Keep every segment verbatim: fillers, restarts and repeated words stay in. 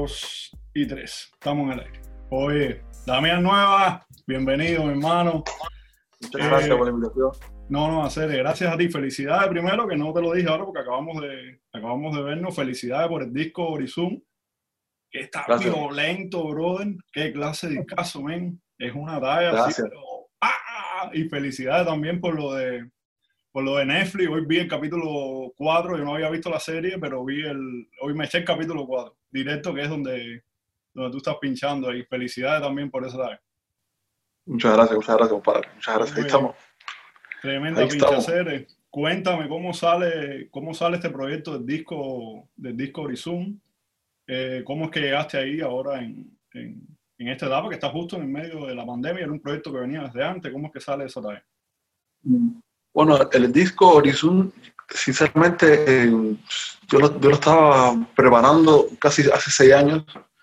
dos y tres. Estamos en el aire. Oye, Damián Nueva, bienvenido, mi hermano. Muchas eh, gracias por la invitación. No, no, hacer gracias a ti. Felicidades primero, que no te lo dije ahora porque acabamos de, acabamos de vernos. Felicidades por el disco Horizon. Que está gracias. Violento, brother. Qué clase de discazo, men. Es una talla gracias. así, pero, ¡ah! Y felicidades también por lo de por lo de Netflix. Hoy vi el capítulo cuatro. Yo no había visto la serie, pero vi el hoy me eché el capítulo cuatro. Directo, que es donde, donde tú estás pinchando ahí. Felicidades también por esa talla. Muchas gracias, muchas gracias, compadre. Muchas gracias. Ahí estamos. Tremenda Ahí pincha estamos. serie. Cuéntame cómo sale, cómo sale este proyecto del disco, del disco Horizon. Eh, ¿Cómo es que llegaste ahí ahora en, en, en esta etapa que está justo en el medio de la pandemia? Era un proyecto que venía desde antes. ¿Cómo es que sale esa tarea? Bueno, el disco Horizon, sinceramente, eh, yo, lo, yo lo estaba preparando casi hace seis años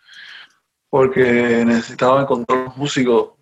porque necesitaba encontrar un músico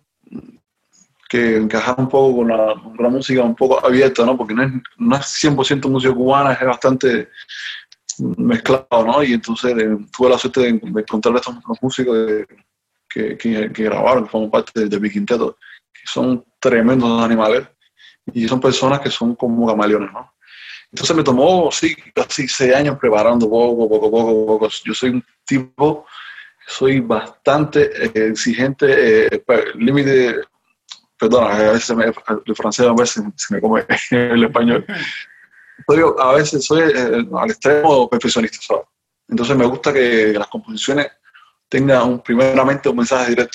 que encajara un poco con la, con la música un poco abierta, ¿no? Porque no es, no es cien por ciento música cubana, es bastante mezclado, ¿no? Y entonces eh, tuve la suerte de encontrar a estos músicos de, que, que, que grabaron, que forman parte de, de mi quinteto, que son tremendos animales y son personas que son como camaleones, ¿no? Entonces me tomó, sí, casi seis años preparando poco, poco, poco, poco. Yo soy un tipo, soy bastante eh, exigente, eh, límite, perdona, a veces me, el francés a veces se me come el español. Soy, a veces soy eh, al extremo perfeccionista, ¿sabes? Entonces me gusta que las composiciones tengan un, primeramente un mensaje directo,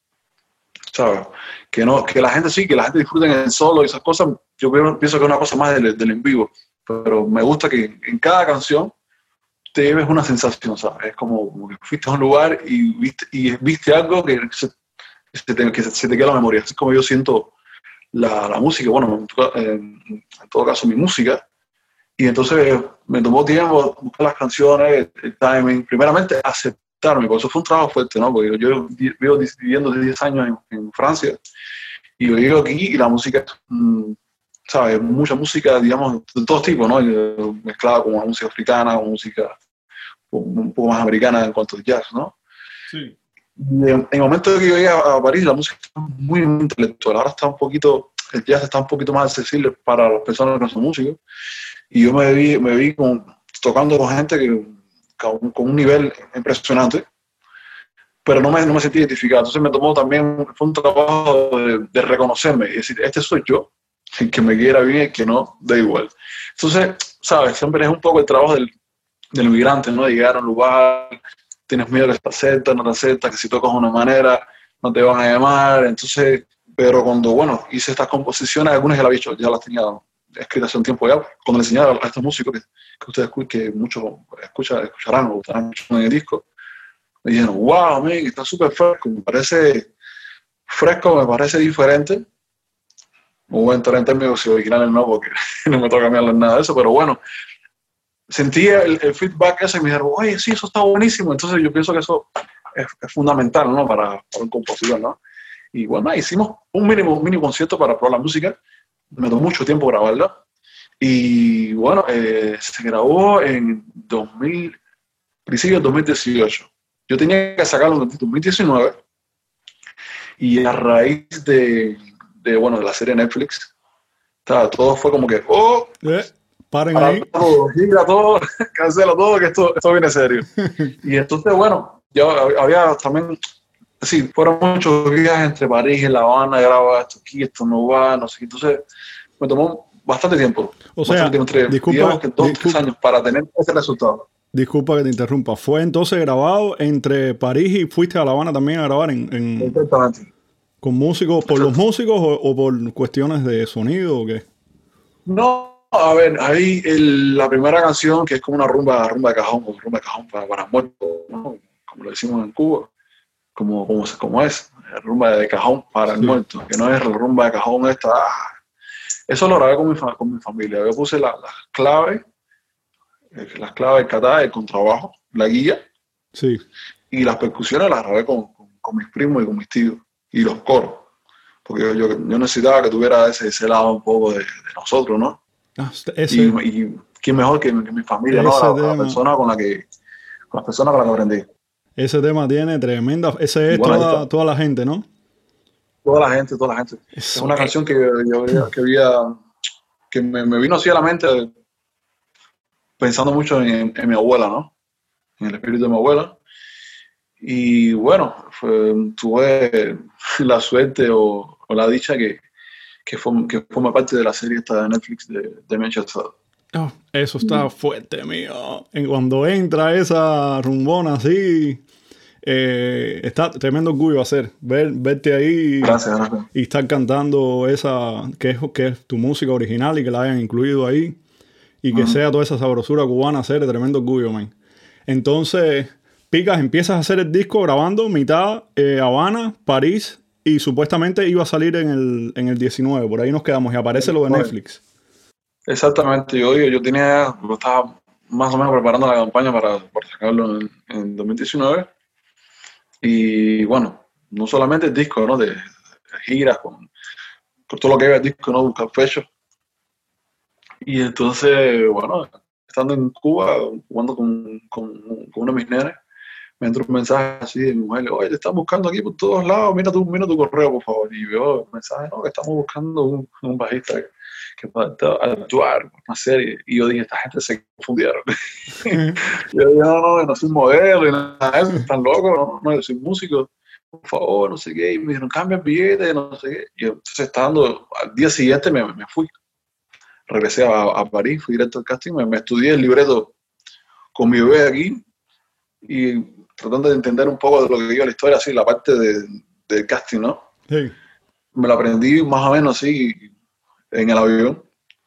¿sabes? Que, no, que la gente sí, que la gente disfrute en el solo y esas cosas. Yo pienso que es una cosa más del, del en vivo, pero me gusta que en cada canción te lleves una sensación, ¿sabes? Es como, como que fuiste a un lugar y viste, y viste algo que se, se te, que se te queda en la memoria. Así es como yo siento la, la música, bueno, en, en todo caso mi música. Y entonces me tomó tiempo buscar las canciones, el timing, primeramente aceptarme, porque eso fue un trabajo fuerte, ¿no? Porque yo vivo viviendo diez años en, en Francia y yo llego aquí y la música, ¿sabes? Mucha música, digamos, de todos tipos, ¿no? Mezclada con música africana, con música un poco más americana en cuanto a jazz, ¿no? Sí. Y en, en el momento que yo llegué a, a París, la música está muy, muy intelectual. Ahora está un poquito, el jazz está un poquito más accesible para las personas que no son músicos. Y yo me vi, me vi con, tocando con gente que, con, con un nivel impresionante, pero no me, no me sentí identificado. Entonces me tomó también, fue un trabajo de, de reconocerme y decir, este soy yo, el que me quiera bien, el que no, da igual. Entonces, ¿sabes? Siempre es un poco el trabajo del, del inmigrante, ¿no? De llegar a un lugar, tienes miedo que te aceptan, no te aceptan, que si tocas de una manera no te van a llamar. Entonces, pero cuando, bueno, hice estas composiciones, algunas ya las, hecho, ya las tenía escritas hace un tiempo ya, cuando le enseñaba a estos músicos que, que ustedes que muchos escuchan, escucharán o estarán escuchando en el disco, me dijeron, wow, man, está súper fresco, me parece fresco, me parece diferente. No voy a entrar en términos originales, no, porque no me toca cambiarle nada de eso, pero bueno, sentí el, el feedback ese y me dijeron, oye, sí, eso está buenísimo. Entonces yo pienso que eso es, es fundamental, ¿no? Para, para un compositor, ¿no? Y bueno, hicimos un mínimo, un mini concierto para probar la música. Me tomó mucho tiempo grabarla. Y bueno, eh, se grabó en dos mil, principio de dos mil dieciocho. Yo tenía que sacarlo en dos mil diecinueve. Y a raíz de, de, bueno, de la serie Netflix, todo, todo fue como que, oh, eh, paren para ahí. todo, gira todo, cancela todo, que esto, esto viene serio. Y entonces, bueno, yo había también, sí, fueron muchos viajes entre París y La Habana, grababa esto aquí, esto no va, no sé, entonces me tomó bastante tiempo. O sea, tiempo, entre, disculpa, digamos que dos, disculpa, tres años para tener ese resultado. Disculpa que te interrumpa. ¿Fue entonces grabado entre París y fuiste a La Habana también a grabar en, en Exactamente. con músicos, por los músicos o, o por cuestiones de sonido o qué? No, a ver, ahí el, la primera canción, que es como una rumba, rumba de cajón, o rumba de cajón para, para muertos, ¿no? Como lo decimos en Cuba, como, como, como es, rumba de cajón para el Sí. muerto, que no es la rumba de cajón esta. Eso lo grabé con mi, con mi familia. Yo puse las la claves, las claves del catá, el contrabajo, la guía, Sí. y las percusiones las grabé con, con, con mis primos y con mis tíos, y los coros. Porque yo, yo, yo necesitaba que tuviera ese, ese lado un poco de, de nosotros, ¿no? Ah, ese, y, y quién mejor que, que mi familia, ¿no? La, la persona con la que, con las personas con las que aprendí. Ese tema tiene tremenda... Ese es Bueno, toda, toda la gente, ¿no? Toda la gente, toda la gente. Eso es una es. canción que yo había, que, había, que me, me vino así a la mente pensando mucho en, en mi abuela, ¿no? En el espíritu de mi abuela. Y bueno, fue, tuve la suerte o, o la dicha que, que, fue, que forma parte de la serie esta de Netflix de, de Manchester. Oh, eso está mm. fuerte, mío. Cuando entra esa rumbona así, eh, está tremendo orgullo hacer, ver, verte ahí gracias, gracias. Y estar cantando esa, que es, que es tu música original y que la hayan incluido ahí y que uh-huh. sea toda esa sabrosura cubana, hacer tremendo orgullo, man. Entonces, Picas, empiezas a hacer el disco grabando mitad eh, Habana, París y supuestamente iba a salir en el, en el diecinueve, por ahí nos quedamos y aparece lo de Netflix. Exactamente, yo, yo tenía, yo estaba más o menos preparando la campaña para, para sacarlo en, en dos mil diecinueve y bueno, no solamente el disco, ¿no? De, de giras, con, con todo lo que iba el disco, ¿no? Buscar fechas. Y entonces, bueno, estando en Cuba, jugando con, con, con uno de mis nenes, me entró un mensaje así de mi mujer, oye, te están buscando aquí por todos lados, mira tu, mira tu correo, por favor. Y veo el mensaje, no, que estamos buscando un, un bajista que, que pueda actuar en una serie. Y yo dije, esta gente se confundieron. Yo dije, no, no, no soy modelo y nada de eso, están locos, no, no, yo soy músico, por favor, no sé qué. Y me dijeron, cambia el billete, no sé qué. Y entonces, estando, al día siguiente me, me fui. Regresé a, a París, fui directo al casting, me, me estudié el libreto con mi bebé aquí y tratando de entender un poco de lo que iba la historia, así, la parte de, del casting, ¿no? Sí. Me lo aprendí más o menos así en el avión.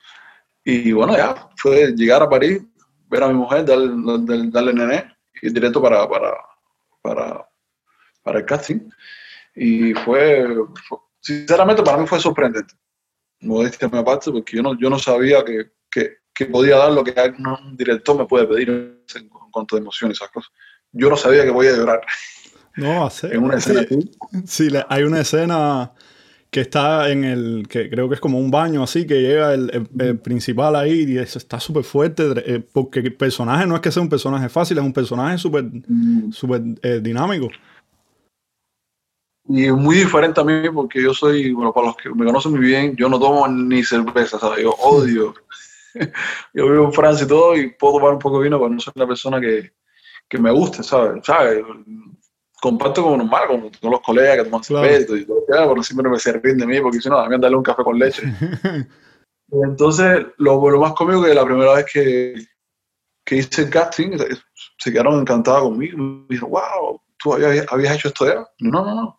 Y bueno, ya, fue llegar a París, ver a mi mujer, darle, darle, darle nené, y directo para, para, para, para el casting. Y fue, fue, sinceramente, para mí fue sorprendente. Modestia me aparte, porque yo no, yo no sabía que, que, que podía dar lo que un director me puede pedir en cuanto a emoción y esas cosas. Yo no sabía que voy a llorar. No, hacer. En una escena sí, sí, hay una escena que está en el, que creo que es como un baño así, que llega el, el, el principal ahí y eso está súper fuerte, eh, porque el personaje no es que sea un personaje fácil, es un personaje súper mm. súper eh, dinámico. Y muy diferente a mí porque yo soy, bueno, para los que me conocen muy bien, yo no tomo ni cerveza, ¿sabes? Yo odio. Yo vivo en Francia y todo y puedo tomar un poco de vino, pero no soy una persona que, que me guste, ¿sabes? ¿Sabes? Comparto como normal con, con los colegas que toman claro. cerveza y todo, pero siempre me se ríen de mí porque si no, también darle un café con leche. Y entonces, lo, lo más cómico que la primera vez que, que hice el casting, se quedaron encantados conmigo. Me dijeron, wow, ¿tú habías, habías hecho esto ya? Y yo, no, no, no.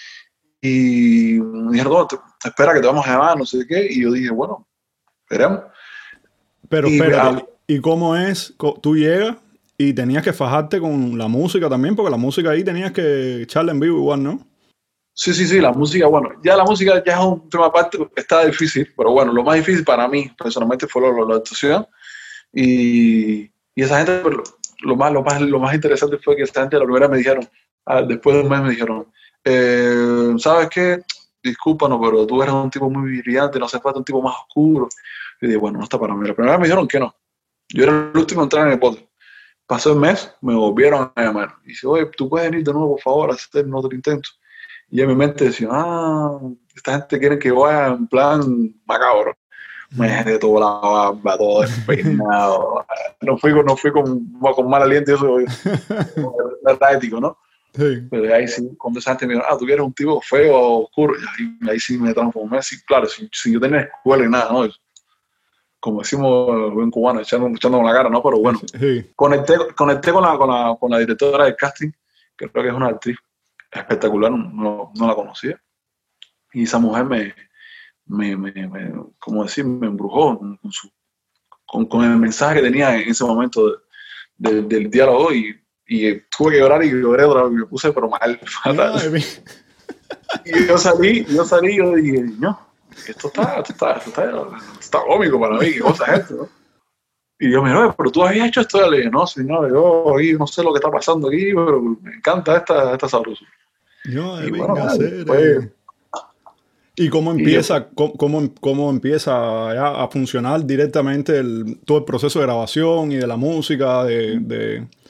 Y me dijeron, no, te, te espera que te vamos a llamar, no sé qué. Y yo dije, bueno, esperemos. Pero y, espérate, ¿y cómo es? Tú llegas y tenías que fajarte con la música también, porque la música ahí tenías que echarla en vivo igual, ¿no? Sí, sí, sí, la música, bueno, ya la música ya es un tema aparte, está difícil, pero bueno, lo más difícil para mí, personalmente, fue lo, lo, la actuación. Y, y esa gente, lo, lo, más, lo, más, lo más interesante fue que esa gente la primera me dijeron, ah, después de un mes me dijeron, eh, ¿sabes qué? Discúlpanos, pero tú eres un tipo muy brillante, no hace falta un tipo más oscuro. Y dije, bueno, no está para mí. La primera vez me dijeron que no. Yo era el último en entrar en el bote. Pasó el mes, me volvieron a llamar. Y dice, oye, ¿tú puedes venir de nuevo, por favor, a hacer un otro intento? Y en mi mente decía, ah, esta gente quiere que vaya en plan macabro. Me dejé de toda la barba, todo despeinado. No fui, con, no fui con, con mal aliento, eso era ético, ¿no? Sí. Pero ahí sí, cuando esa gente me dijo, ah, tú eres un tipo feo, oscuro, y ahí, ahí sí me transformé. Sí, claro, si, si yo tenía escuela y nada, ¿no? Como decimos en cubano, echando, echando con la cara, ¿no? Pero bueno, sí. conecté, conecté con, la, con, la, con la directora del casting, que creo que es una actriz espectacular, no, no la conocía. Y esa mujer me, me, me, me como decir, me embrujó con, con, su, con, con el mensaje que tenía en ese momento de, de, del diálogo y, y tuve que llorar y lloré otra vez, me puse pero mal, fatal. No, y yo salí, yo salí y yo dije, no, esto está, esto está, esto está, esto está cómico para mí, qué cosa es esto, ¿no? Y yo me dije, pero tú habías hecho esto, y le dije, no, señor, yo aquí no sé lo que está pasando aquí, pero me encanta esta, esta sabrosura. No, y bueno, a hacer, pues, eh. ¿Y cómo empieza, y yo, cómo, cómo empieza a funcionar directamente el, todo el proceso de grabación y de la música, de, de,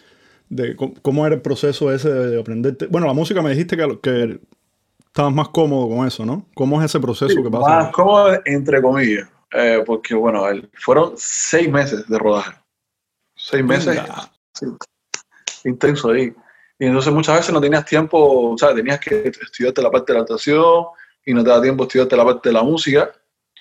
de cómo, cómo era el proceso ese de aprenderte. Bueno, la música me dijiste que, que estabas más cómodo con eso, ¿no? ¿Cómo es ese proceso Sí, que pasa? más cómodo, entre comillas, eh, porque bueno, el, fueron seis meses de rodaje. Seis meses Venga. sí, intenso ahí. Y entonces muchas veces no tenías tiempo, o sea, tenías que estudiarte la parte de la actuación y no te da tiempo estudiarte la parte de la música,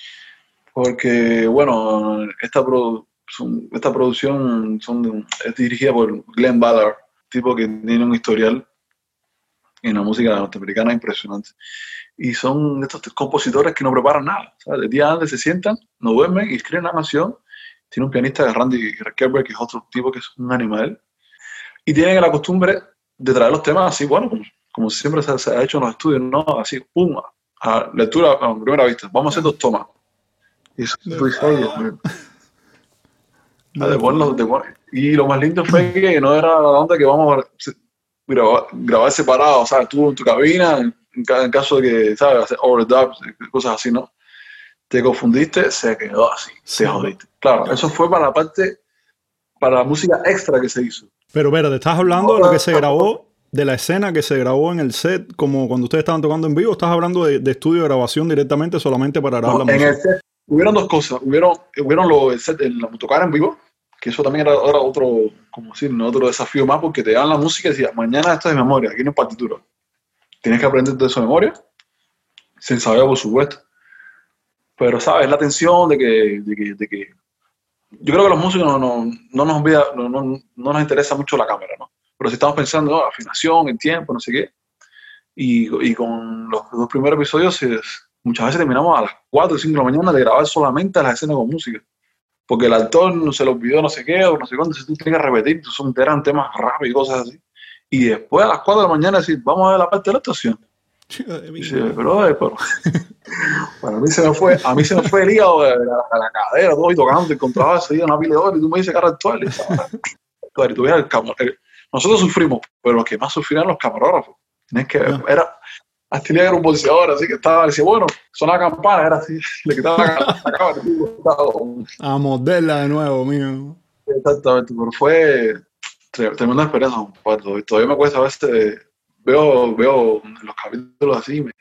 porque bueno, esta, produ son, esta producción son, es dirigida por Glenn Ballard, tipo que tiene un historial en la música norteamericana impresionante. Y son estos compositores que no preparan nada. ¿Sabes? El día antes se sientan, no duermen y escriben una canción. Tiene un pianista, Randy Kerber, que es otro tipo que es un animal. Y tienen la costumbre de traer los temas así, bueno, como, como siempre se, se ha hecho en los estudios, ¿no? Así, pum, a lectura a primera vista. Vamos a hacer dos tomas. Y eso tú dices, ay, Dios mío. De ponerlo, de poner. Y lo más lindo fue que no era la onda que vamos a grabar, grabar separado, ¿sabes? Tú en tu cabina, en, en caso de que, ¿sabes? Hacer overdubs, cosas así, ¿no? Te confundiste, se quedó así, Sí, te jodiste. Claro, claro, eso fue para la parte, para la música extra que se hizo. Pero, pero, te estás hablando de lo que se grabó, de la escena que se grabó en el set, como cuando ustedes estaban tocando en vivo, ¿estás hablando de, de estudio de grabación directamente solamente para grabar No, la en música? el set hubieron dos cosas. Hubieron, hubieron los, el set, en la tocar en vivo, que eso también era, era otro, como decir, ¿no? Otro desafío más, porque te daban la música y decían, mañana esto es de memoria, aquí no es partitura. Tienes que aprender de eso de memoria, sin saber, por supuesto. Pero, ¿sabes? La tensión de que, de que, de que... Yo creo que los músicos no, no, no, nos, olvida, no, no, no nos interesa mucho la cámara, ¿no? Pero si estamos pensando, oh, afinación, el tiempo, no sé qué. Y, y con los dos primeros episodios, muchas veces terminamos a las cuatro o cinco de la mañana de grabar solamente las escenas con música. Porque el actor no se le olvidó no sé qué o no sé cuándo, entonces tú tienes que repetir, son, eran temas rápidos y cosas así. Y después a las cuatro de la mañana decir, vamos a ver la parte de la actuación. Y dice, pero, pero para mí se me fue, a mí se me fue el hígado de la, a la cadera, todo y tocando, y encontraba ese una pila de horas, y tú me dices que era actual. Y, y tú el el, nosotros sufrimos, pero los que más sufrían eran los camarógrafos. Tienes que, yeah. Era, hasta tenía que era un boxeador, así que estaba, decía, bueno, sonaba campana, era así, le quitaba la, la cámara. A modelarla de nuevo, mío. Exactamente, pero fue tremenda experiencia, compadre. Todavía me cuesta a veces, veo, veo los capítulos así y me,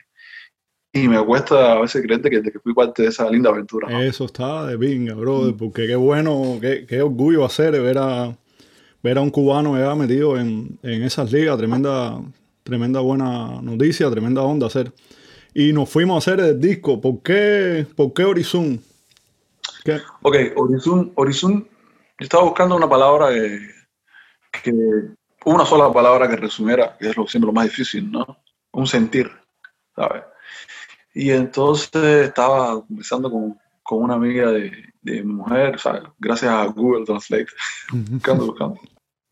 y me cuesta a veces creer que, que fui parte de esa linda aventura, ¿no? Eso está de pinga, brother, porque qué bueno, qué, qué orgullo hacer ver a, ver a un cubano ya metido en, en esas ligas, tremenda, tremenda buena noticia, tremenda onda hacer. Y nos fuimos a hacer el disco. ¿Por qué, por qué Horizon? ¿Qué? Ok, Horizon, Horizon, yo estaba buscando una palabra que, que, una sola palabra que resumiera, que es lo, siempre lo más difícil, ¿no? Un sentir, ¿sabes? Y entonces estaba conversando con, con una amiga de, de mi mujer, ¿sabes? Gracias a Google Translate, buscando, buscando.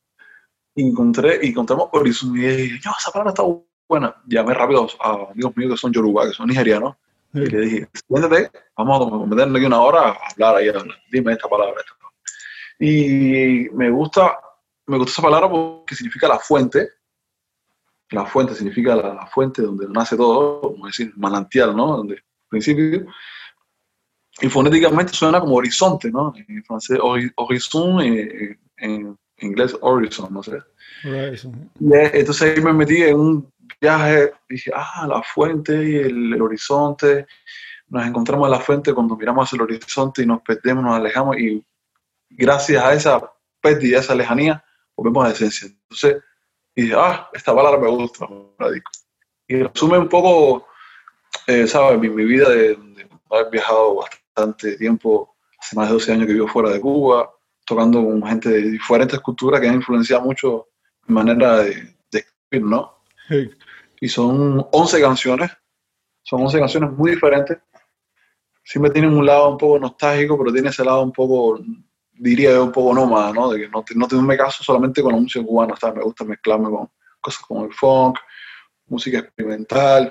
Y encontré, y encontramos Horizon y dije, yo, esa palabra está buena. Llamé rápido a amigos míos que son yoruba, que son nigerianos, sí. Y le dije, siéntate, vamos a meterle aquí una hora a hablar ahí, a hablar. Dime esta palabra. Esta palabra. Y me gusta, me gusta esa palabra porque significa la fuente. La fuente significa la, la fuente donde nace todo, como decir, manantial, ¿no? Donde, principio. Y fonéticamente suena como horizonte, ¿no? En francés, horizon, en, en inglés, horizon, no sé. Horizon. Y entonces ahí me metí en un viaje, dije, ah, la fuente y el, el horizonte. Nos encontramos en la fuente cuando miramos hacia el horizonte y nos perdemos, nos alejamos y gracias a esa pérdida, a esa lejanía, volvemos a la esencia. Entonces, y dije, ah, esta palabra me gusta, la digo. Y resume un poco, eh, ¿sabes? Mi, mi vida de, de haber viajado bastante tiempo, hace más de doce años que vivo fuera de Cuba, tocando con gente de diferentes culturas que han influenciado mucho mi manera de, de escribir, ¿no? Sí. Y son once canciones, son once canciones muy diferentes. Siempre tienen un lado un poco nostálgico, pero tiene ese lado un poco, diría yo, un poco nómada, ¿no? De que no, no, no me caso solamente con la música cubana, ¿sabes? Me gusta mezclarme con cosas como el funk, música experimental.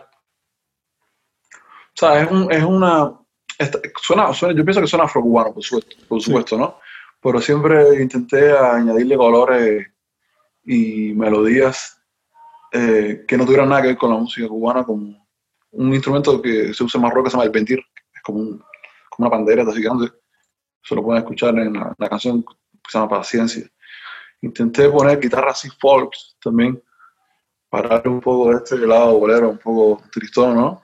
O sea, es, un, es una... Esta, suena, suena, yo pienso que suena afrocubano, por supuesto, por supuesto, sí. ¿No? Pero siempre intenté añadirle colores y melodías eh, que no tuvieran nada que ver con la música cubana, como un instrumento que se usa en Marruecos que se llama el pentir, es como, un, como una pandera así grande. Se lo pueden escuchar en la, la canción que se llama Paciencia. intenté poner guitarra así folk también, para darle un poco de este lado bolero, un poco tristón, ¿no?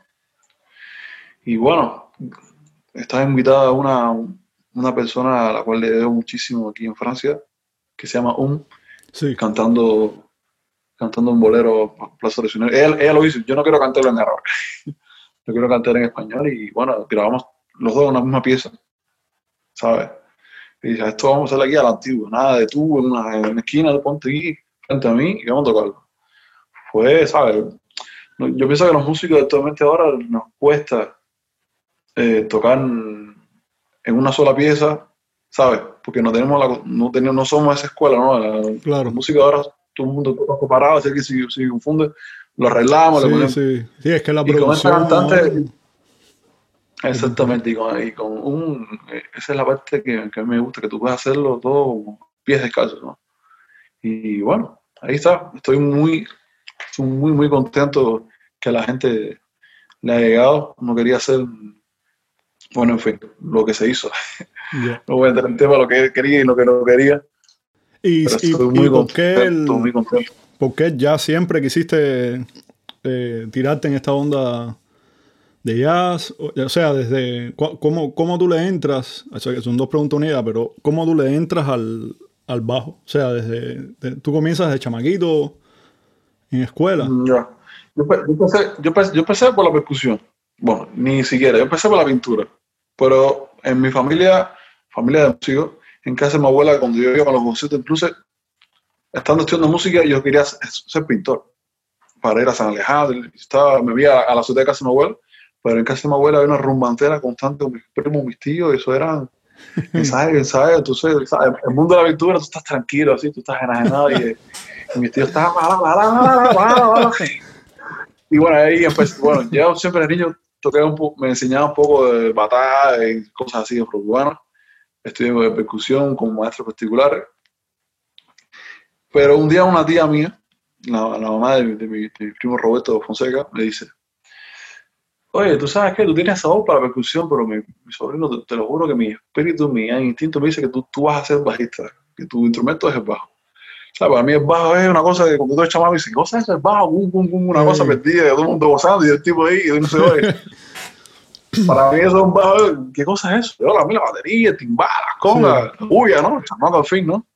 Y bueno, estaba invitada una, una persona a la cual le debo muchísimo aquí en Francia, que se llama Um, Sí. cantando, cantando un bolero Plaza Regional. Ella, ella lo hizo, yo no quiero cantarlo en árabe, yo quiero cantar en español y bueno, grabamos los dos en una misma pieza, ¿sabes? Y dije, esto vamos a hacerlo aquí a la antigua, nada de tú en una, en una esquina, ponte aquí frente a mí y vamos a tocarlo. Fue, ¿sabes? Yo pienso que los músicos actualmente ahora nos cuesta eh, tocar en una sola pieza, ¿sabes? Porque no tenemos la, no tenemos, no somos esa escuela, ¿no? La, Claro. la música ahora todo el mundo toca separado, así que si, si confunde, lo arreglamos, Sí, le ponemos. sí. Sí, es que la Y con esta producción cantante, ahora- exactamente, y con, y con un, eh, esa es la parte que, que a mí me gusta, que tú puedes hacerlo todo pies descalzos, ¿no? Y bueno, ahí está, estoy muy, estoy muy, muy contento que a la gente le ha llegado, no quería hacer, bueno, en fin, lo que se hizo. Ya. No voy a entrar en tema lo que quería y lo que no quería, ¿Y, pero y, estoy y muy por qué contento, el- muy contento. por qué ya siempre quisiste eh, tirarte en esta onda de jazz? O, o sea, desde cu- cómo, cómo tú le entras, o sea, que son dos preguntas unidas, pero cómo tú le entras al, al bajo. O sea, desde de- tú comienzas de chamaquito en escuela. Ya. Yo, pe- yo empecé, yo, empecé, yo empecé por la percusión, bueno, ni siquiera, yo empecé por la pintura, pero en mi familia, familia de músicos, en casa de mi abuela, cuando yo iba a los conciertos, incluso estando estudiando música, yo quería ser, ser pintor, para ir a San Alejandro, estaba, me vi a, a la ciudad de casa de mi abuela, pero en casa de mi abuela había una rumbantera constante con mis primos, mis tíos, y eso era ensayo, ensayo, entonces, ¿sabes? El mundo de la pintura, tú estás tranquilo, así, tú estás enajenado, y, y mis tíos estaban, bala, bala, bala, bala, bala. Y bueno, ahí empecé, bueno, yo siempre de niño toqué un poco, me enseñaba un poco de batalla y cosas así de afro-cubanas, estudié de percusión con maestros particulares, pero un día una tía mía, la, la mamá de, de, mi, de mi primo Roberto Fonseca, me dice, oye, tú sabes que tú tienes sabor para la percusión, pero mi, mi sobrino, te, te lo juro que mi espíritu, mi instinto me dice que tú, tú vas a ser bajista, que tu instrumento es el bajo. O sea, para mí el bajo es una cosa que cuando tú eres chamaco y dices, cosa es el bajo, bum, bum, bum, una Ey. cosa perdida, todo el mundo gozando y el tipo ahí, y no se oye. Para mí eso es un bajo, ¿qué cosa es eso? Yo, a mí la batería, el timbal, las congas, la bulla, ¿no? El chamaco al fin, ¿no?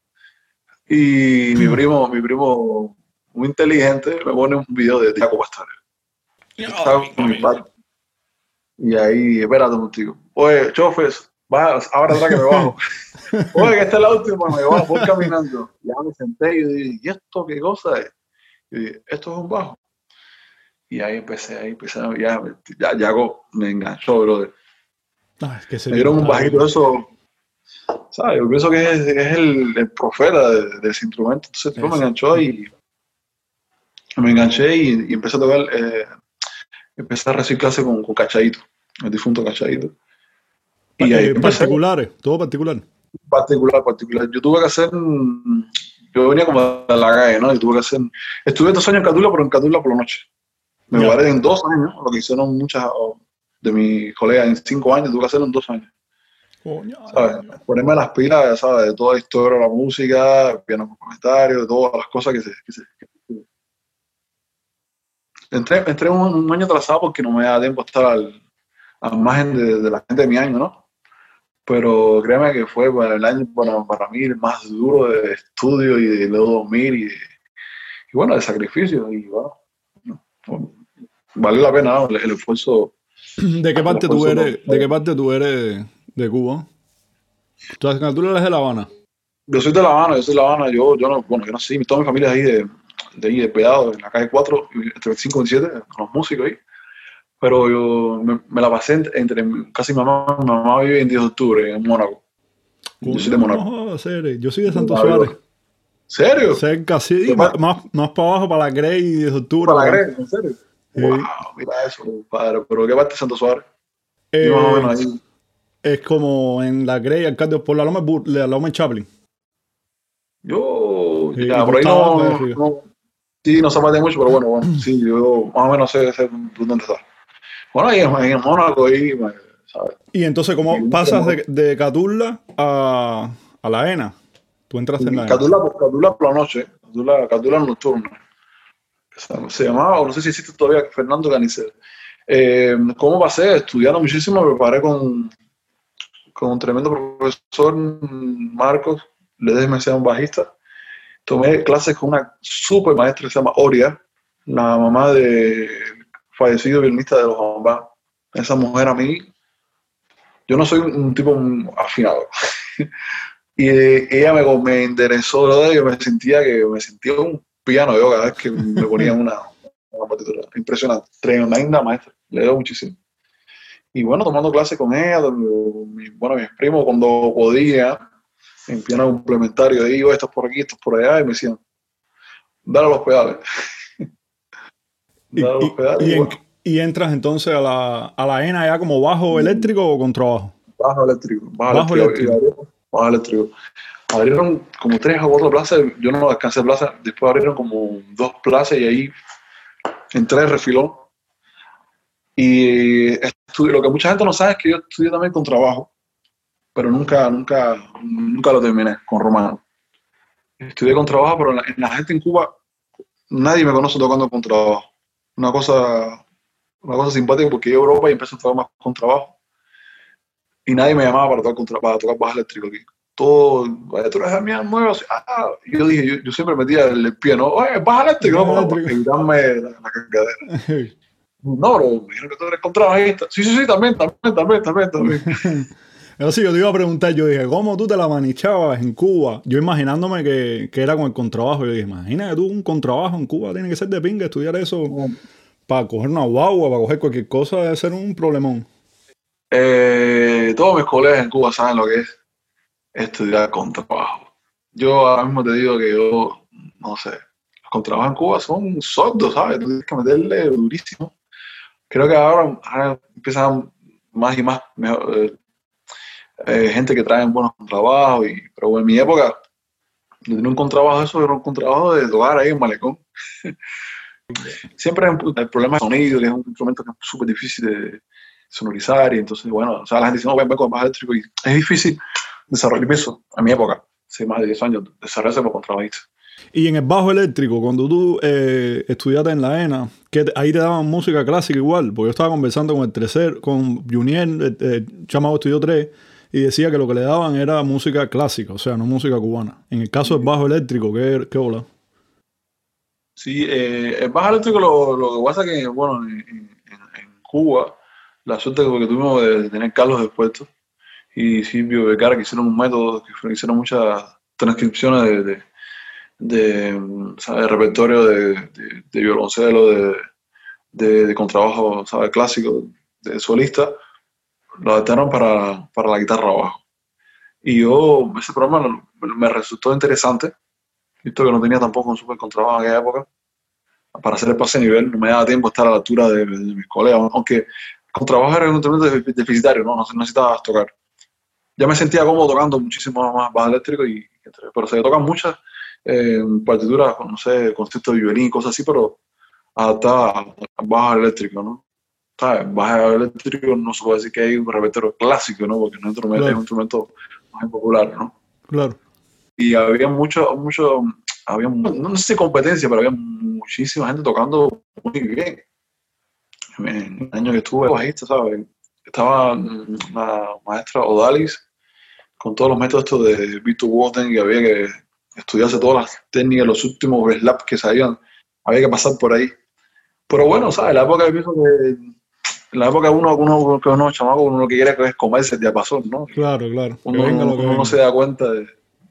Y mi primo, mi primo, muy inteligente, me pone un video de Jaco Pastor. Estaba con mi padre. Y ahí, espérate un tico. Oye, chofes, baja, ahora atrás que me bajo. Oye, que esta es la última, me bajo, voy caminando. Ya me senté y yo dije, ¿y esto qué cosa es? Y dije, esto es un bajo. Y ahí empecé, ahí empecé, ya, ya, ya me enganchó, brother. Ah, es que ese Me dieron tipo un está bajito duro. de eso, ¿sabes? Yo pienso que es, es el, el profeta de, de ese instrumento. Entonces, tipo, me enganchó y me enganché y, y empecé a tocar, eh, empecé a recibir clases con, con Cachadito, el difunto Cachadito. Y ahí Eh, empecé, particulares, todo particular. particular, particular. Yo tuve que hacer, yo venía como de la calle, ¿no? Y tuve que hacer, estuve dos años en Catula, pero en Catula por la noche. Me Ya. paré en dos años, lo que hicieron muchas de mis colegas en cinco años, tuve que hacerlo en dos años. Coño, ¿Sabes? coño. Ponerme las pilas, ¿sabes? De toda la historia de la música, piano con comentarios, de todas las cosas que se... Que se que... Entré, entré un, un año atrasado porque no me da tiempo a estar al, al margen de, de la gente de mi año, ¿no? Pero créeme que fue para el año para, para mí el más duro de estudio y de luego dormir y, de, y bueno, de sacrificio. Y bueno, no, vale la pena, ¿no? el, el esfuerzo. ¿De qué parte el tú esfuerzo eres? no, ¿De qué parte tú eres de Cuba? ¿Tú eres de La Habana? Yo soy de La Habana, yo soy de La Habana, yo, yo no, bueno, yo nací, toda mi familia es ahí de, de ahí, de Pedazo, en la calle cuatro, entre el cinco y el siete, con los músicos ahí. Pero yo me, me la pasé entre, entre casi mi mamá, mi mamá vive en diez de octubre, en Mónaco. Yo soy de Coño, Mónaco. no jodas, serio. Yo soy de Santo Suárez. ¿Serio? Cerca, sí, ¿Qué más, pa- más, más para abajo, para la Grey y diez de octubre. ¿Para la por ahí. Grey? ¿En serio? Sí. Wow, mira eso, padre. ¿Pero qué parte de Santo Suárez? Y Eh, más o menos ahí. es como en la Grey, alcalde, por la Loma, de Bur- la Loma de Chaplin. Yo, Sí, ya, y tú por ahí estabas abajo, ahí no, arriba. no, sí, no zapateé mucho, pero bueno, bueno, sí, yo más o menos sé, sé dónde está. Bueno, ahí en, en Mónaco, ahí, me- ¿sabes? Y entonces, Y ¿cómo un pasas terremoto. de, de Caturla a, a La Ena? Tú entraste en la E N A. Catula, Catula por la noche, Catula, Catula nocturna. Se llamaba, o no sé si existe todavía, Fernando Canicel. Eh, ¿Cómo pasé? Estudiando muchísimo, me preparé con, con un tremendo profesor, Marcos Ledesma, un bajista. Tomé clases con una super maestra que se llama Oria, la mamá del fallecido violinista de los Bambás. Esa mujer a mí, yo no soy un tipo afinado. Y ella me, me enderezó, ¿no? Yo me sentía que me sentía un piano yo cada vez que me ponía una, una partitura. Impresionante, tremenda maestra, le doy muchísimo. Y bueno, tomando clases con ella, mi, bueno, mis primos cuando podía, en piano complementario, digo, esto es por aquí, esto es por allá, y me decían, dale a los pedales. dale a los pedales. Y, y, y, bueno. en, y entras entonces a la, a la E N A ya como bajo eléctrico o con trabajo? Bajo eléctrico, bajo, bajo eléctrico. eléctrico. Bajo eléctrico. Abrieron como tres o cuatro plazas, yo no alcancé plazas, después abrieron como dos plazas y ahí entré refilón. Y estudié, lo que mucha gente no sabe es que yo estudié también con trabajo, pero nunca, nunca, nunca lo terminé con Romano. Estudié con trabajo, pero en la, en la gente en Cuba nadie me conoce tocando con trabajo. Una cosa, una cosa simpática porque yo a Europa y empecé a tocar más con trabajo. Y nadie me llamaba para tocar, contra, para tocar bajo eléctrico aquí. Todo, tú eres mía nueva. Ah, yo dije, yo, yo siempre metía el pie, ¿no? Oye, bajo eléctrico, no, para evitarme la, la cancadera. No, bro, me dijeron que tú eres contrabajista. Sí, sí, sí, también, también, también, también, también. Eso sí, yo te iba a preguntar, yo dije, ¿cómo tú te la manichabas en Cuba? Yo imaginándome que, que era con el contrabajo. Yo dije, imagina que tú un contrabajo en Cuba tiene que ser de pinga, estudiar eso oh. para coger una guagua, para coger cualquier cosa, debe ser un problemón. Eh, todos mis colegas en Cuba saben lo que es estudiar con trabajo. Yo ahora mismo te digo que yo, no sé, los contrabajos en Cuba son sordos, ¿sabes? Tú tienes que meterle durísimo. Creo que ahora, ahora empiezan más y más mejor, eh, eh, gente que trae buenos contrabajos, y, pero en mi época, yo tenía un contrabajo, eso era un contrabajo de tocar ahí en Malecón. Siempre hay el problema de sonido, que es un instrumento que es súper difícil de sonorizar, y entonces, bueno, o sea, la gente dice, no, ven, ven con el bajo eléctrico, y es difícil desarrollar eso, a mi época, hace más de diez años, desarrollarse por contrabajista. Y en el bajo eléctrico, cuando tú eh, estudiaste en la E N A, que ahí te daban música clásica igual, porque yo estaba conversando con el tercer, con Juniel, el, el chamaco estudió tres, y decía que lo que le daban era música clásica, o sea, no música cubana. En el caso del bajo eléctrico, ¿qué, qué hola? Sí, eh, el bajo eléctrico lo, lo que pasa es que, bueno, en, en, en Cuba, la suerte que tuvimos de tener Carlos Despuesto y Silvio Becara, que hicieron un método, que hicieron muchas transcripciones de, de, de, ¿sabes? de repertorio de, de, de violoncelo, de, de, de contrabajo, ¿sabes? Clásico, de solista, lo adaptaron para, para la guitarra bajo. Y yo, ese programa me resultó interesante, visto que no tenía tampoco un super contrabajo en aquella época, para hacer el pase de nivel, no me daba tiempo estar a la altura de, de mis colegas, aunque el contrabajo era un instrumento deficitario, ¿no? No necesitabas tocar. Ya me sentía cómodo tocando muchísimo más bajo eléctrico, y, pero se tocan muchas eh, partituras, no sé, conceptos de violín, cosas así, pero adaptadas a bajo eléctrico, ¿no? ¿Sabes? Bajo eléctrico no se puede decir que hay un repertorio clásico, ¿no? Porque no es un instrumento, claro. Es un instrumento más popular, ¿no? Claro. Y había mucho, mucho, había, no sé si competencia, pero había muchísima gente tocando muy bien. En el año que estuve bajista, ¿sabes? Estaba la maestra Odalis con todos los métodos estos de Victor Woten, que había que estudiarse todas las técnicas, los últimos slaps que sabían, había que pasar por ahí. Pero bueno, ¿sabes? La época, pienso que en la época uno, uno, que uno chamaco, uno lo que quiere es comerse el diapasón, ¿no? Claro, claro. Uno, uno, uno no se da cuenta de...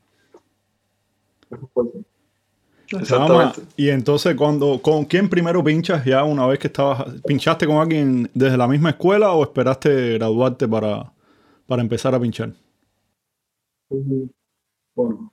Exactamente. Y entonces, cuando, ¿con quién primero pinchas ya una vez que estabas? ¿Pinchaste con alguien desde la misma escuela o esperaste graduarte para, para empezar a pinchar? Bueno,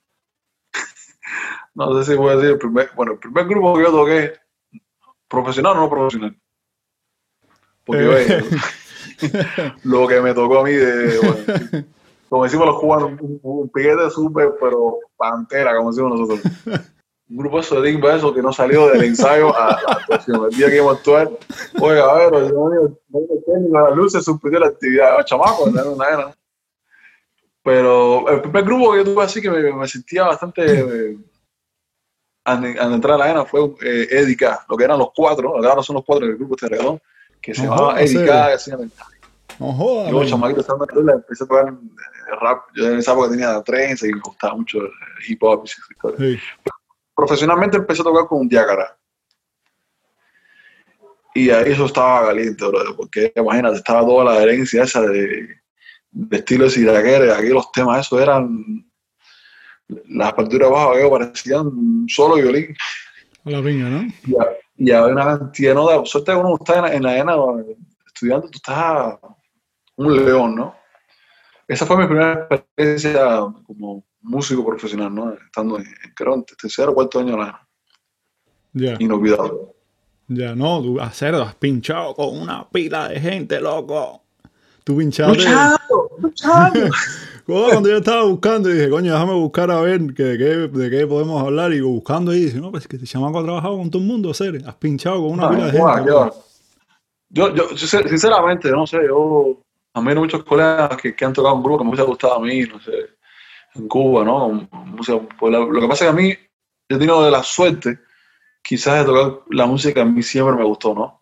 no sé si voy a decir el primer, bueno, el primer grupo que yo toqué, profesional o no profesional. Porque, eh. oye, lo que me tocó a mí de, bueno, como decimos los cubanos, un, un piquete súper, pero pantera, como decimos nosotros. Un grupo de Solimba, eso que no salió del ensayo a la actuación. El día que íbamos a actuar, oiga, a ver, el técnico de las luces suspendió la actividad. Oh, chamaco, no era una era. Pero el primer grupo que tuve así que me, me sentía bastante eh, al, al entrar a la arena fue eh, Eddie K, lo que eran los cuatro, ahora son los cuatro del grupo este reggaetón, que se No llamaba jodas, Eddie serio. K, que hacían el No jodas, yo, men. chamaquito, estando en la empecé a tocar eh, rap. Yo en esa época tenía treinta y me gustaba mucho el hip hop y esas historias. Sí. Profesionalmente empecé a tocar con un Diácara. Y ahí eso estaba caliente, bro, porque imagínate, estaba toda la herencia esa de, de estilo de Siraguere. Aquí los temas esos eran, las partituras bajas que parecían un solo violín. A la piña, ¿no? Y, a- y había una cantidad, ¿no? De suerte que uno está en, la- en la arena estudiando, tú estás un león, ¿no? Esa fue mi primera experiencia como músico profesional, ¿no? Estando en, creo, en tercer o cuarto año de la arena. Ya. Inolvidable. Ya, no, tú has cerdo, has pinchado con una pila de gente, loco. Tú pinchaste. ¡Luchando! ¡Luchando! Bueno, cuando yo estaba buscando, dije, coño, déjame buscar a ver que, de, qué, de qué podemos hablar. Y buscando ahí, dice, no, pues que este chamaco ha trabajado con todo el mundo, serio. Has pinchado con una No, pila de guau, gente. qué loco. va. Yo, yo, yo, sinceramente, no sé, yo admiro muchos colegas que, que han tocado un grupo que me hubiese gustado a mí, no sé, en Cuba, ¿no? Música popular. Lo que pasa es que a mí, yo he tenido de la suerte, quizás, de tocar la música que a mí siempre me gustó, ¿no?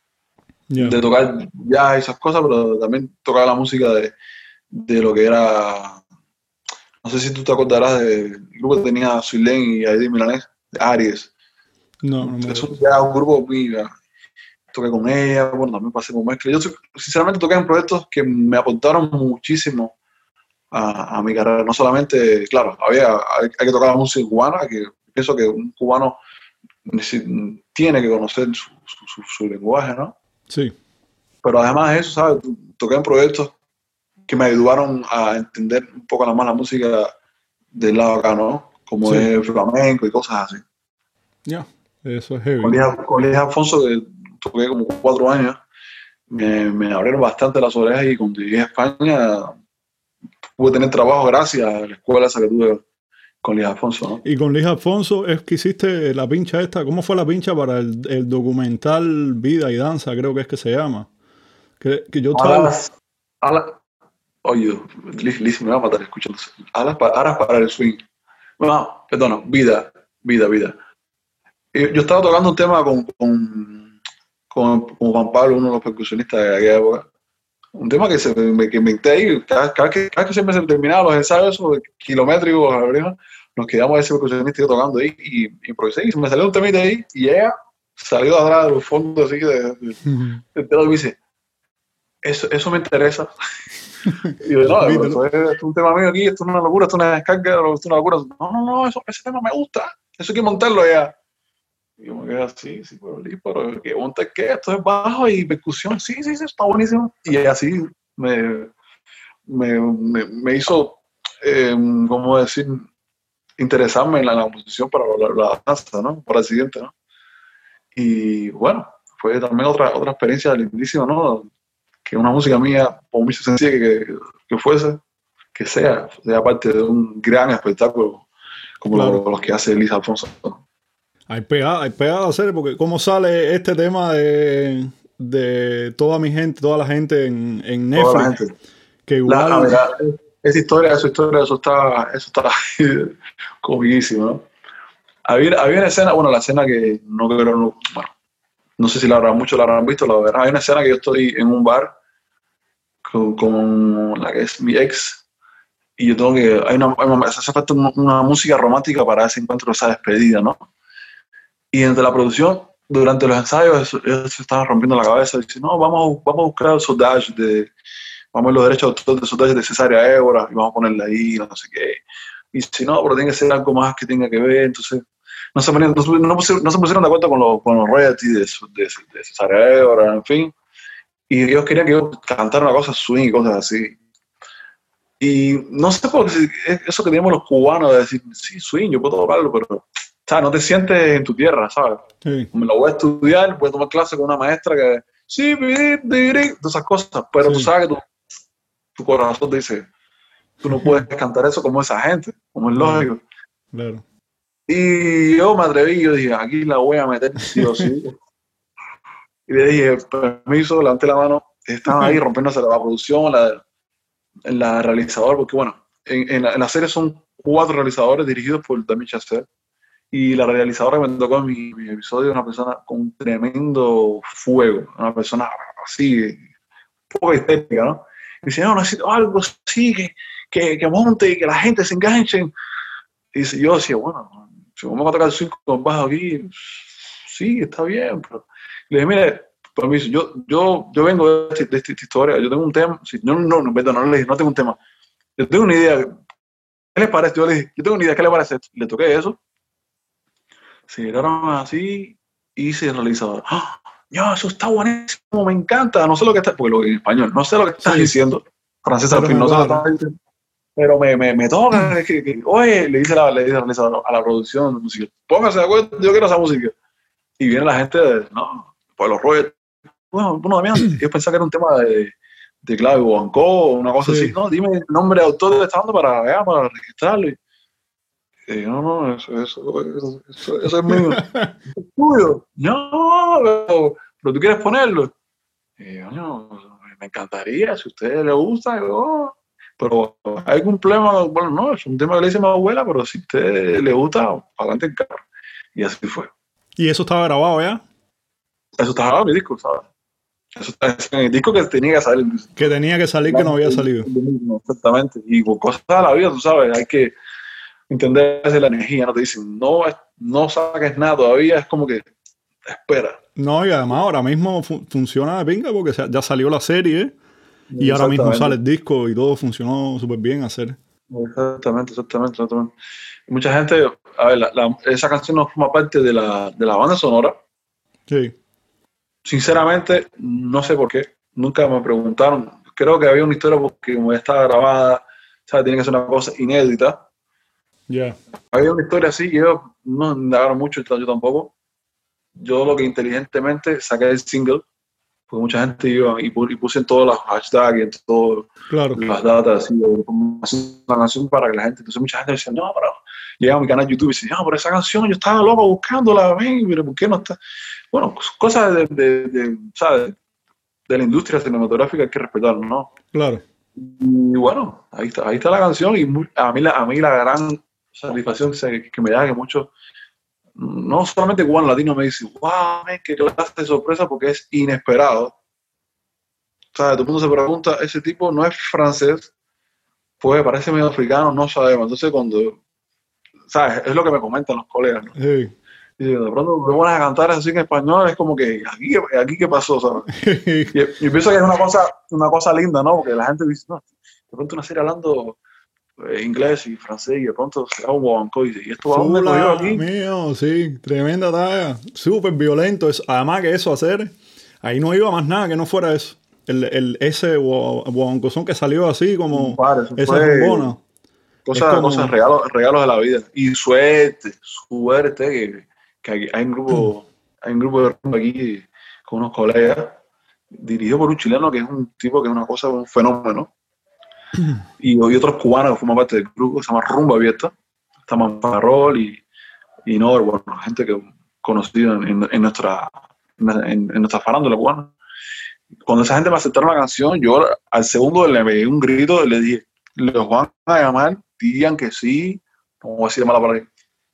Ya. De tocar ya esas cosas, pero también tocar la música de, de lo que era. No sé si tú te acordarás del grupo que tenía Suilén y Aidí Milanés, de Aries. No, no me Eso ya es un grupo muy. ya, Toqué con ella, bueno, también pasé con mezcla. Yo sinceramente toqué en proyectos que me aportaron muchísimo a, a mi carrera. No solamente, claro, había, hay, hay que tocar la música cubana, que pienso que un cubano necesi- tiene que conocer su, su, su, su lenguaje, ¿no? Sí, Pero además de eso, ¿sabes? Toqué en proyectos que me ayudaron a entender un poco más la música del lado acá, ¿no? Como sí. es el flamenco y cosas así. Ya, eso es Con heavy. Liz, con Liz Alfonso, que toqué como cuatro años, me, me abrieron bastante las orejas y cuando llegué a España pude tener trabajo gracias a la escuela esa que tuve con Liz Alfonso, ¿no? Y con Liz Alfonso es que hiciste la pincha esta. ¿Cómo fue la pincha para el, el documental Vida y Danza? Creo que es que se llama. Que, que yo estaba. Alas, alas, oye, Liz, Liz me va a matar escuchando eso. Alas para, alas para el swing. No, perdona, vida, vida, vida. Yo, yo estaba tocando un tema con, con, con, con Juan Pablo, uno de los percusionistas de aquella época. Un tema que, se, me, que inventé ahí, cada, cada, que, cada que siempre se terminaban los ensayos esos kilométricos, ¿verdad? Nos quedamos ese percusionista y yo tocando ahí y, y improvisé y me salió un temita ahí y ella salió de atrás de los fondos así de, de, de, de, y me dice, eso, eso me interesa. Y yo, no, eso es, esto es un tema mío aquí, esto es una locura, esto es una descarga, esto es una locura. No, no, no, eso, ese tema me gusta, eso hay que montarlo allá. Y yo me quedé así, sí, pero, pero ¿qué monta qué? Esto es bajo y percusión, sí, sí, sí, está buenísimo. Y así me, me, me, me hizo, eh, ¿cómo decir?, interesarme en la, la composición para la, la danza, ¿no? Para el siguiente, ¿no? Y bueno, fue también otra, otra experiencia lindísima, ¿no? Que una música mía, por muy sencilla que, que fuese, que sea, sea parte de un gran espectáculo como claro. los, los que hace Liz Alfonso, ¿no? Hay pegado, hay pegado a hacer, porque cómo sale este tema de, de toda mi gente, toda la gente en, en Netflix. Toda la gente. Que igual... La, verdad, esa historia, esa historia, eso está, eso está comiquísimo, ¿no? Había, había una escena, bueno, la escena que no creo, no, bueno, no sé si la habrán, muchos la habrán visto, la verdad. Hay una escena que yo estoy en un bar con, con la que es mi ex y yo tengo que, hay una, hace falta una, una música romántica para ese encuentro, esa despedida, ¿no? Y entre la producción, durante los ensayos, ellos se estaban rompiendo la cabeza. Dicen, no, vamos, vamos a buscar el soldage de, vamos a ver los derechos de autor de soldage de Cesárea Évora y vamos a ponerle ahí, no sé qué. Y si no, pero tiene que ser algo más que tenga que ver. Entonces, no se, ponían, no, no, pusieron, no se pusieron de acuerdo con, lo, con los royalties de, de, de Cesárea Évora, en fin. Y ellos querían que yo cantara una cosa swing y cosas así. Y no sé por qué, eso que tenemos los cubanos de decir, sí, swing, yo puedo tocarlo, pero... O sea, no te sientes en tu tierra, ¿sabes? Sí. Me lo voy a estudiar, voy a tomar clase con una maestra que... Sí, todas esas cosas. Pero sí. Tú sabes que tu, tu corazón te dice, tú no puedes cantar eso como esa gente, como es lógico. Claro. Y yo me atreví, yo dije, aquí la voy a meter sí o sí. Y le dije, permiso, levanté la mano. Estaban ahí rompiéndose la producción, la, la realizador, porque bueno, en, en, la, en la serie son cuatro realizadores dirigidos por Damien Chazelle. Y la realizadora que me tocó en mi, mi episodio es una persona con un tremendo fuego, una persona así, un poco estética, ¿no? Y dice, no, necesito algo así, que, que, que monte y que la gente se enganche. Y dice, yo decía, bueno, si vamos a tocar el cinco con bajo aquí, sí, está bien. Pero... Le dije, mire, permiso, yo, yo, yo vengo de, este, de esta historia, yo tengo un tema, si, no, no, no, perdón, no le dije, no tengo un tema, yo tengo una idea, ¿qué le parece? Yo le dije, yo tengo una idea, ¿qué le parece? Le toqué eso. Se llegaron así y se realizaron. ¡Ah! ¡Ya, eso está buenísimo! Me encanta. No sé lo que está, porque lo en español, no sé lo que estás sí. diciendo. Francesa, al fin, no sé lo que estás diciendo. Pero me, me, me toca. Es que, que, oye, le dice la, le dice a la producción de música, póngase de acuerdo, yo quiero esa música. Y viene la gente, de, no, pues los royalties. Bueno, bueno, Damián, yo pensaba que era un tema de, de clave o Ancó, una cosa sí. así. No, dime el nombre de autor de esta banda para, ya, para registrarlo. Y no, no, eso, eso, eso, eso, eso es mío. Es tuyo. No, pero, pero tú quieres ponerlo. Y yo, no, me encantaría, si a ustedes les gusta, yo, pero hay algún problema, bueno, no, es un tema que le dice mi abuela, pero si a ustedes les gusta, adelante en carro. Y así fue. ¿Y eso estaba grabado ya? Eso estaba grabado en mi disco, ¿sabes? Eso está en el disco que tenía que salir. Que tenía que salir, que no había salido. Exactamente. Y por cosas de la vida, tú sabes, hay que entender la energía, no te dicen, no, no saques nada todavía, es como que espera. No, y además ahora mismo fu funciona de pinga porque ya salió la serie y ahora mismo sale el disco y todo funcionó súper bien hacer. Exactamente, exactamente, exactamente. Y mucha gente, a ver, la, la, esa canción no forma parte de la, de la banda sonora. Sí. Sinceramente, no sé por qué, nunca me preguntaron. Creo que había una historia porque como ya estaba grabada, ¿sabes? Tiene que ser una cosa inédita. Ya. Yeah. Había una historia así que yo no indagaron mucho, yo tampoco. Yo lo que inteligentemente saqué el single, porque mucha gente iba y, y puse en todos los hashtags y en todas claro. las datas así, una canción para que la gente, entonces mucha gente decía, no, pero llegaba a mi canal de YouTube y decía, no, pero esa canción yo estaba loco buscándola, ven, pero ¿por qué no está? Bueno, cosas de, de, de, ¿sabes? De la industria cinematográfica hay que respetarlo, ¿no? Claro. Y bueno, ahí está, ahí está la canción y muy, a, mí la, a mí la gran satisfacción que, que me da que muchos, no solamente cubanos latinos, me dicen, wow, man, qué clase de sorpresa porque es inesperado. O sea, todo el mundo se pregunta, ese tipo no es francés, pues parece medio africano, no sabemos. Entonces cuando, ¿sabes? Es lo que me comentan los colegas, ¿no? Sí. Y de pronto me pones a cantar así en español, es como que, ¿aquí, aquí qué pasó? ¿Sabes? y, y pienso que es una cosa, una cosa linda, ¿no? Porque la gente dice, no, de pronto una serie hablando eh, inglés y francés y de pronto se da un guabanco y dice, ¿y esto va a dónde cogió aquí? Mío, sí, tremenda talla, súper violento. Es, además que eso hacer, ahí no iba más nada que no fuera eso. El, el, ese guabancozón que salió así como padre, esa rumbona. Cosas, como... cosas regalos, regalos de la vida. Y suerte, suerte que, que hay, hay un grupo, hay un grupo de rumba aquí con unos colegas, dirigido por un chileno que es un tipo que es una cosa, un fenómeno. y, y otros cubanos que forman parte del grupo, que se llama Rumba Abierta. Está Manfarrol y, y Nor, bueno, gente que conocida en, en, en nuestra en, en nuestra farándula cubana. Cuando esa gente me aceptaron la canción, yo al segundo le pegué un grito y le dije, los van a llamar, digan que sí, no voy a decir mala palabra.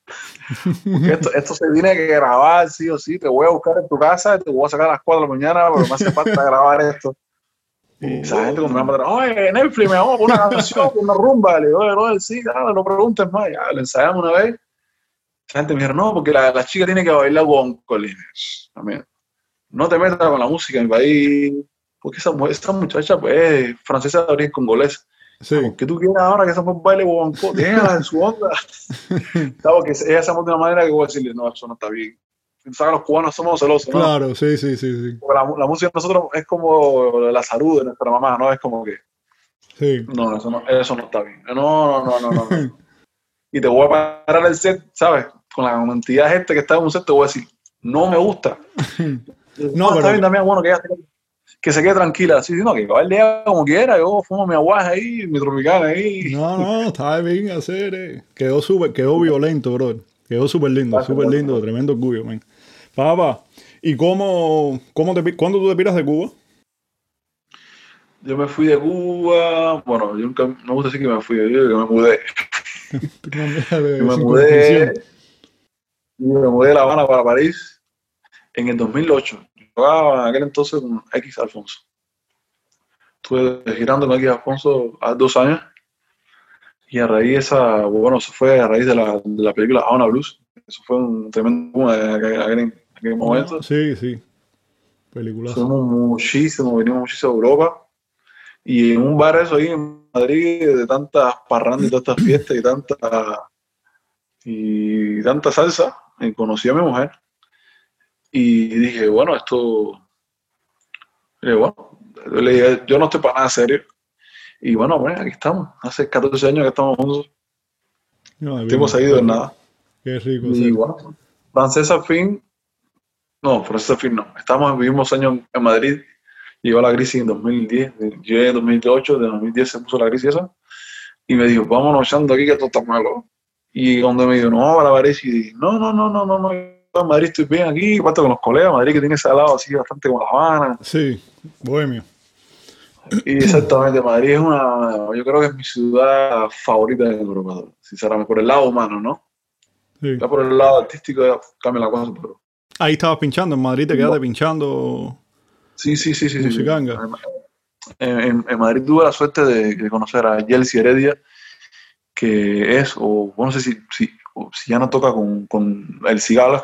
Esto, esto se tiene que grabar, sí o sí, te voy a buscar en tu casa, te voy a sacar a las cuatro de la mañana, pero me hace falta grabar esto. Y esa gente como me va a matar, oye, Netflix, me vamos a poner una canción, una rumba, le digo, oye, no, sí, dale, no preguntes más, ya, lo ensayamos una vez. Esa gente me dijo, no, porque la, la chica tiene que bailar con colines. También. No te metas con la música en mi país, porque esa, esa muchacha pues, es francesa de origen congolés. Sí. ¿Qué tú quieres ahora que esa fue un baile guabanco? Déjala en su onda. Porque ella se monta de una manera que voy a decirle, no, eso no está bien. ¿Sabes? Los cubanos somos celosos, ¿no? Claro, sí, sí, sí. sí. La, la música de nosotros es como la salud de nuestra mamá, ¿no? Es como que, sí. no, eso no, eso no está bien. No, no, no, no, no. no. Y te voy a parar el set, ¿sabes? Con la cantidad de gente que está en un set, te voy a decir, no me gusta. No, ah, pero... está bien también, bueno, que, ella, que se quede tranquila. Así, no, que va el día como quiera, yo fumo mi aguaje ahí, mi tropicana ahí. No, no, está bien hacer, eh. Quedó súper, quedó violento, bro. Quedó súper lindo, súper lindo, bro. Tremendo orgullo, man. Papá, ¿y cómo, cómo te, cuándo tú te piras de Cuba? yo me fui de Cuba, bueno, yo nunca, no me gusta decir que me fui, yo digo que me mudé. Yo me mudé, yo me mudé de La Habana para París en el dos mil ocho. Yo jugaba en aquel entonces con X Alfonso. Estuve girando con X Alfonso hace dos años y a raíz de esa, bueno, eso fue a raíz de la, de la película Havana Blues. Eso fue un tremendo boom en aquel, aquel, en aquel momento. Ah, sí, sí. Películas. Fuimos muchísimo, venimos muchísimo a Europa. Y en un bar eso ahí en Madrid, de tantas parrandas y tantas fiestas y tanta, y tanta salsa, eh, conocí a mi mujer y dije, bueno, esto, eh, bueno, le dije, yo no estoy para nada serio. Y bueno, bueno, aquí estamos, hace catorce años que estamos juntos, No, no hemos salido de nada. Qué rico. Y Ser. bueno, Francesa Fin, no, Francesa Fin no, estamos, vivimos años en Madrid. Llegó la crisis en dos mil diez, yo en dos mil ocho, de dos mil diez se puso la crisis esa, y me dijo, vámonos echando aquí que todo está malo. Y cuando me dijo, no, para París, y dije, no, no, no, no, no, no, en Madrid estoy bien aquí, aparte con los colegas, Madrid que tiene ese lado así bastante como La Habana. Sí, bohemio. Y exactamente, Madrid es una, yo creo que es mi ciudad favorita de Europa, sinceramente, por el lado humano, ¿no? Sí. Ya por el lado artístico ya cambia la cosa, pero... Ahí estabas pinchando, en Madrid te quedaste no. pinchando... Sí, sí, sí, sí. Musicanga. Sí. En, en, en Madrid tuve la suerte de, de conocer a Yelsi Heredia, que es, o bueno, no sé si, si, si ya no toca con, con el Cigala.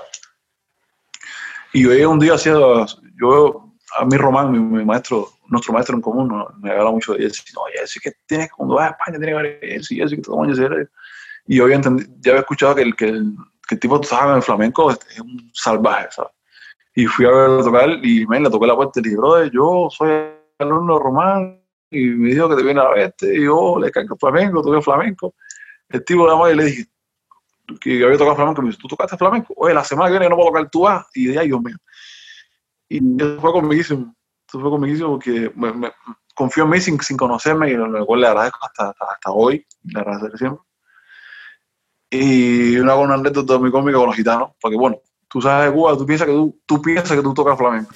Y yo llegué un día hacia, yo, a mí Román, mi, mi maestro, nuestro maestro en común, ¿no? Me habla mucho de Yelsi. No, Yelsi, que tienes, cuando vas a España, tienes que ver Yelsi, Yelsi, que toca con Yelsi Heredia. Y yo había entendido, ya había escuchado que el, que el, que el tipo que tocaba en el flamenco es, es un salvaje, ¿sabes? Y fui a verlo tocar y me le toqué la puerta y le dije, brother, yo soy alumno de Román y me dijo que te viene a verte y yo le caigo flamenco, toqué flamenco. El tipo de la madre le dije que había tocado flamenco y me dice, ¿tú tocaste flamenco? Oye, la semana que viene no puedo tocar, tú vas. Y de ahí, Dios mío. Y eso fue conmiguísimo. Eso fue conmiguísimo porque me, me, confió en mí sin, sin conocerme y lo cual le agradezco hasta, hasta, hasta hoy. Le agradezco siempre. Y una, una anécdota muy cómica con los gitanos, porque bueno, tú sabes de Cuba, tú piensas que tú, tú, piensas que tú tocas flamenco.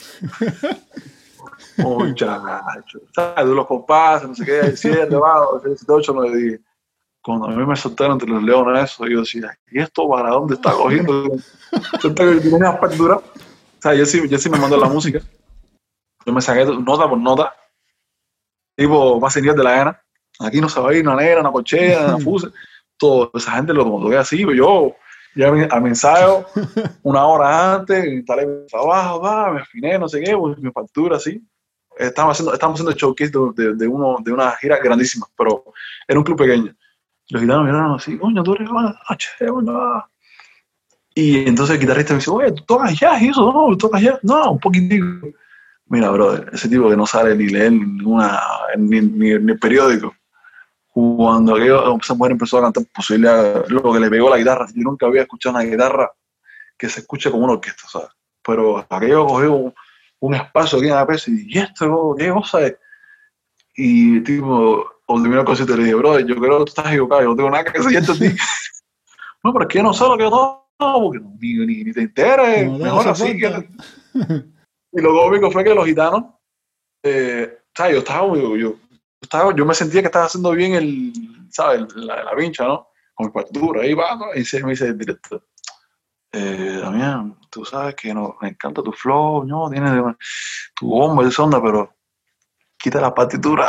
Muchacho. ¿Sabes? Tú los compases, no sé qué, el siete, bajo, el siete, ocho, nueve, diez. Cuando a mí me soltaron entre los leones eso, yo decía, ¿y esto para dónde está cogiendo? Tiene unas partituras. O sea, yo sí, yo sí me mandó la música. Yo me saqué nota por nota. Tipo, más señal de la gana. Aquí no se va a ir una negra, una cochera, una fuse. Todo, esa gente lo toqué así, pero yo ya a mi, a mi ensayo, una hora antes, instalé mi trabajo, va, me afiné, no sé qué, pues, mi factura, así. Estábamos haciendo, estábamos haciendo showcase de, de, de, uno, de una gira grandísima, pero era un club pequeño. Los gitanos miraron así, coño, tú eres ah, che, coño. Y entonces el guitarrista me dice, oye, ¿tú tocas jazz y eso? No, ¿tú tocas jazz? No, un poquitico. Mira, brother, ese tipo que no sabe ni leer ninguna, ni, ni, ni el periódico. Cuando aquello, esa mujer empezó a cantar, posible lo que le pegó la guitarra. Yo nunca había escuchado una guitarra que se escuche como una orquesta, ¿sabes? Pero aquello cogió un, un espacio aquí en la pesa y dije, ¿y esto qué cosa es? Y tipo, cuando terminó el concierto le dije, bro, yo creo que tú estás equivocado, yo no tengo nada que decir esto a ti. No, pero es que yo no sé lo que yo toco, porque ni, ni, ni te enteres, no, mejor así. Que... Y lo cómico fue que los gitanos, eh, o sea, yo estaba, yo, yo, estaba, yo me sentía que estaba haciendo bien el, ¿sabes? La, la pincha, ¿no? Con mi partitura, ahí va, ¿no? Y se me dice el director, eh, Damián, tú sabes que no, me encanta tu flow, ¿no? Tienes tu bomba y sonda, pero quita la partitura.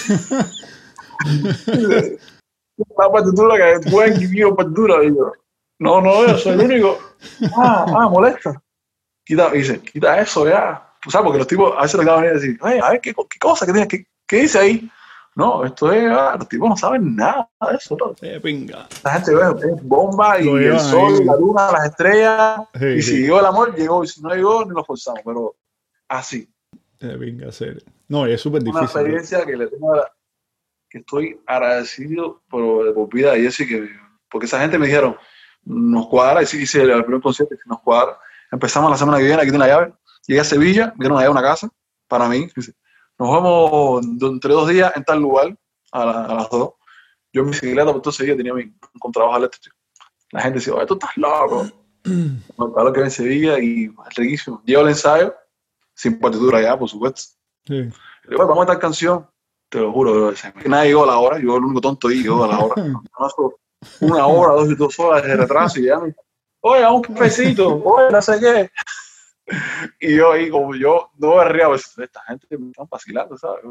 La partitura que pueden quitar partitura. Y yo, no, no, yo soy el único. Ah, ah, molesta. Quita, dice, quita eso ya. Pues, ¿sabes? Porque los tipos a veces le acaban de decir, ay, a ver, ¿qué, qué cosa que tienes? ¿Qué, ¿Qué dice ahí? No, esto es, ah, los tipos no saben nada de eso, ¿no? Eh, pinga. La gente ve, es bomba y el sol, ahí. La luna, las estrellas. Sí, y si sí. Llegó el amor, llegó. Y si no llegó, ni lo forzamos. Pero así. Eh, pinga, serio. No, es súper difícil. Una experiencia ¿no? que le tengo a la, que estoy agradecido por, por vida y eso, que, porque esa gente me dijeron, nos cuadra, y sí, hice el primer concierto, nos cuadra, empezamos la semana que viene, aquí tiene la llave, llegué a Sevilla, me dieron allá una casa, para mí, dice, nos vamos entre dos días en tal lugar, a, la, a las dos, yo en bicicleta, por todo ese día tenía mi, un contrabajo eléctrico, la gente decía, oye, tú estás loco, claro que en Sevilla, y es riquísimo, llevo el ensayo, sin partitura ya, por supuesto, sí. Y le digo, vamos a esta canción, te lo juro. Nadie llegó a la hora, yo el único tonto ahí llegó a la hora. Una hora, dos, dos horas de retraso y ya me, oye, un cafecito, oye, no sé qué. Y yo ahí, como yo, no me ría, pues, esta gente me están vacilando, ¿sabes?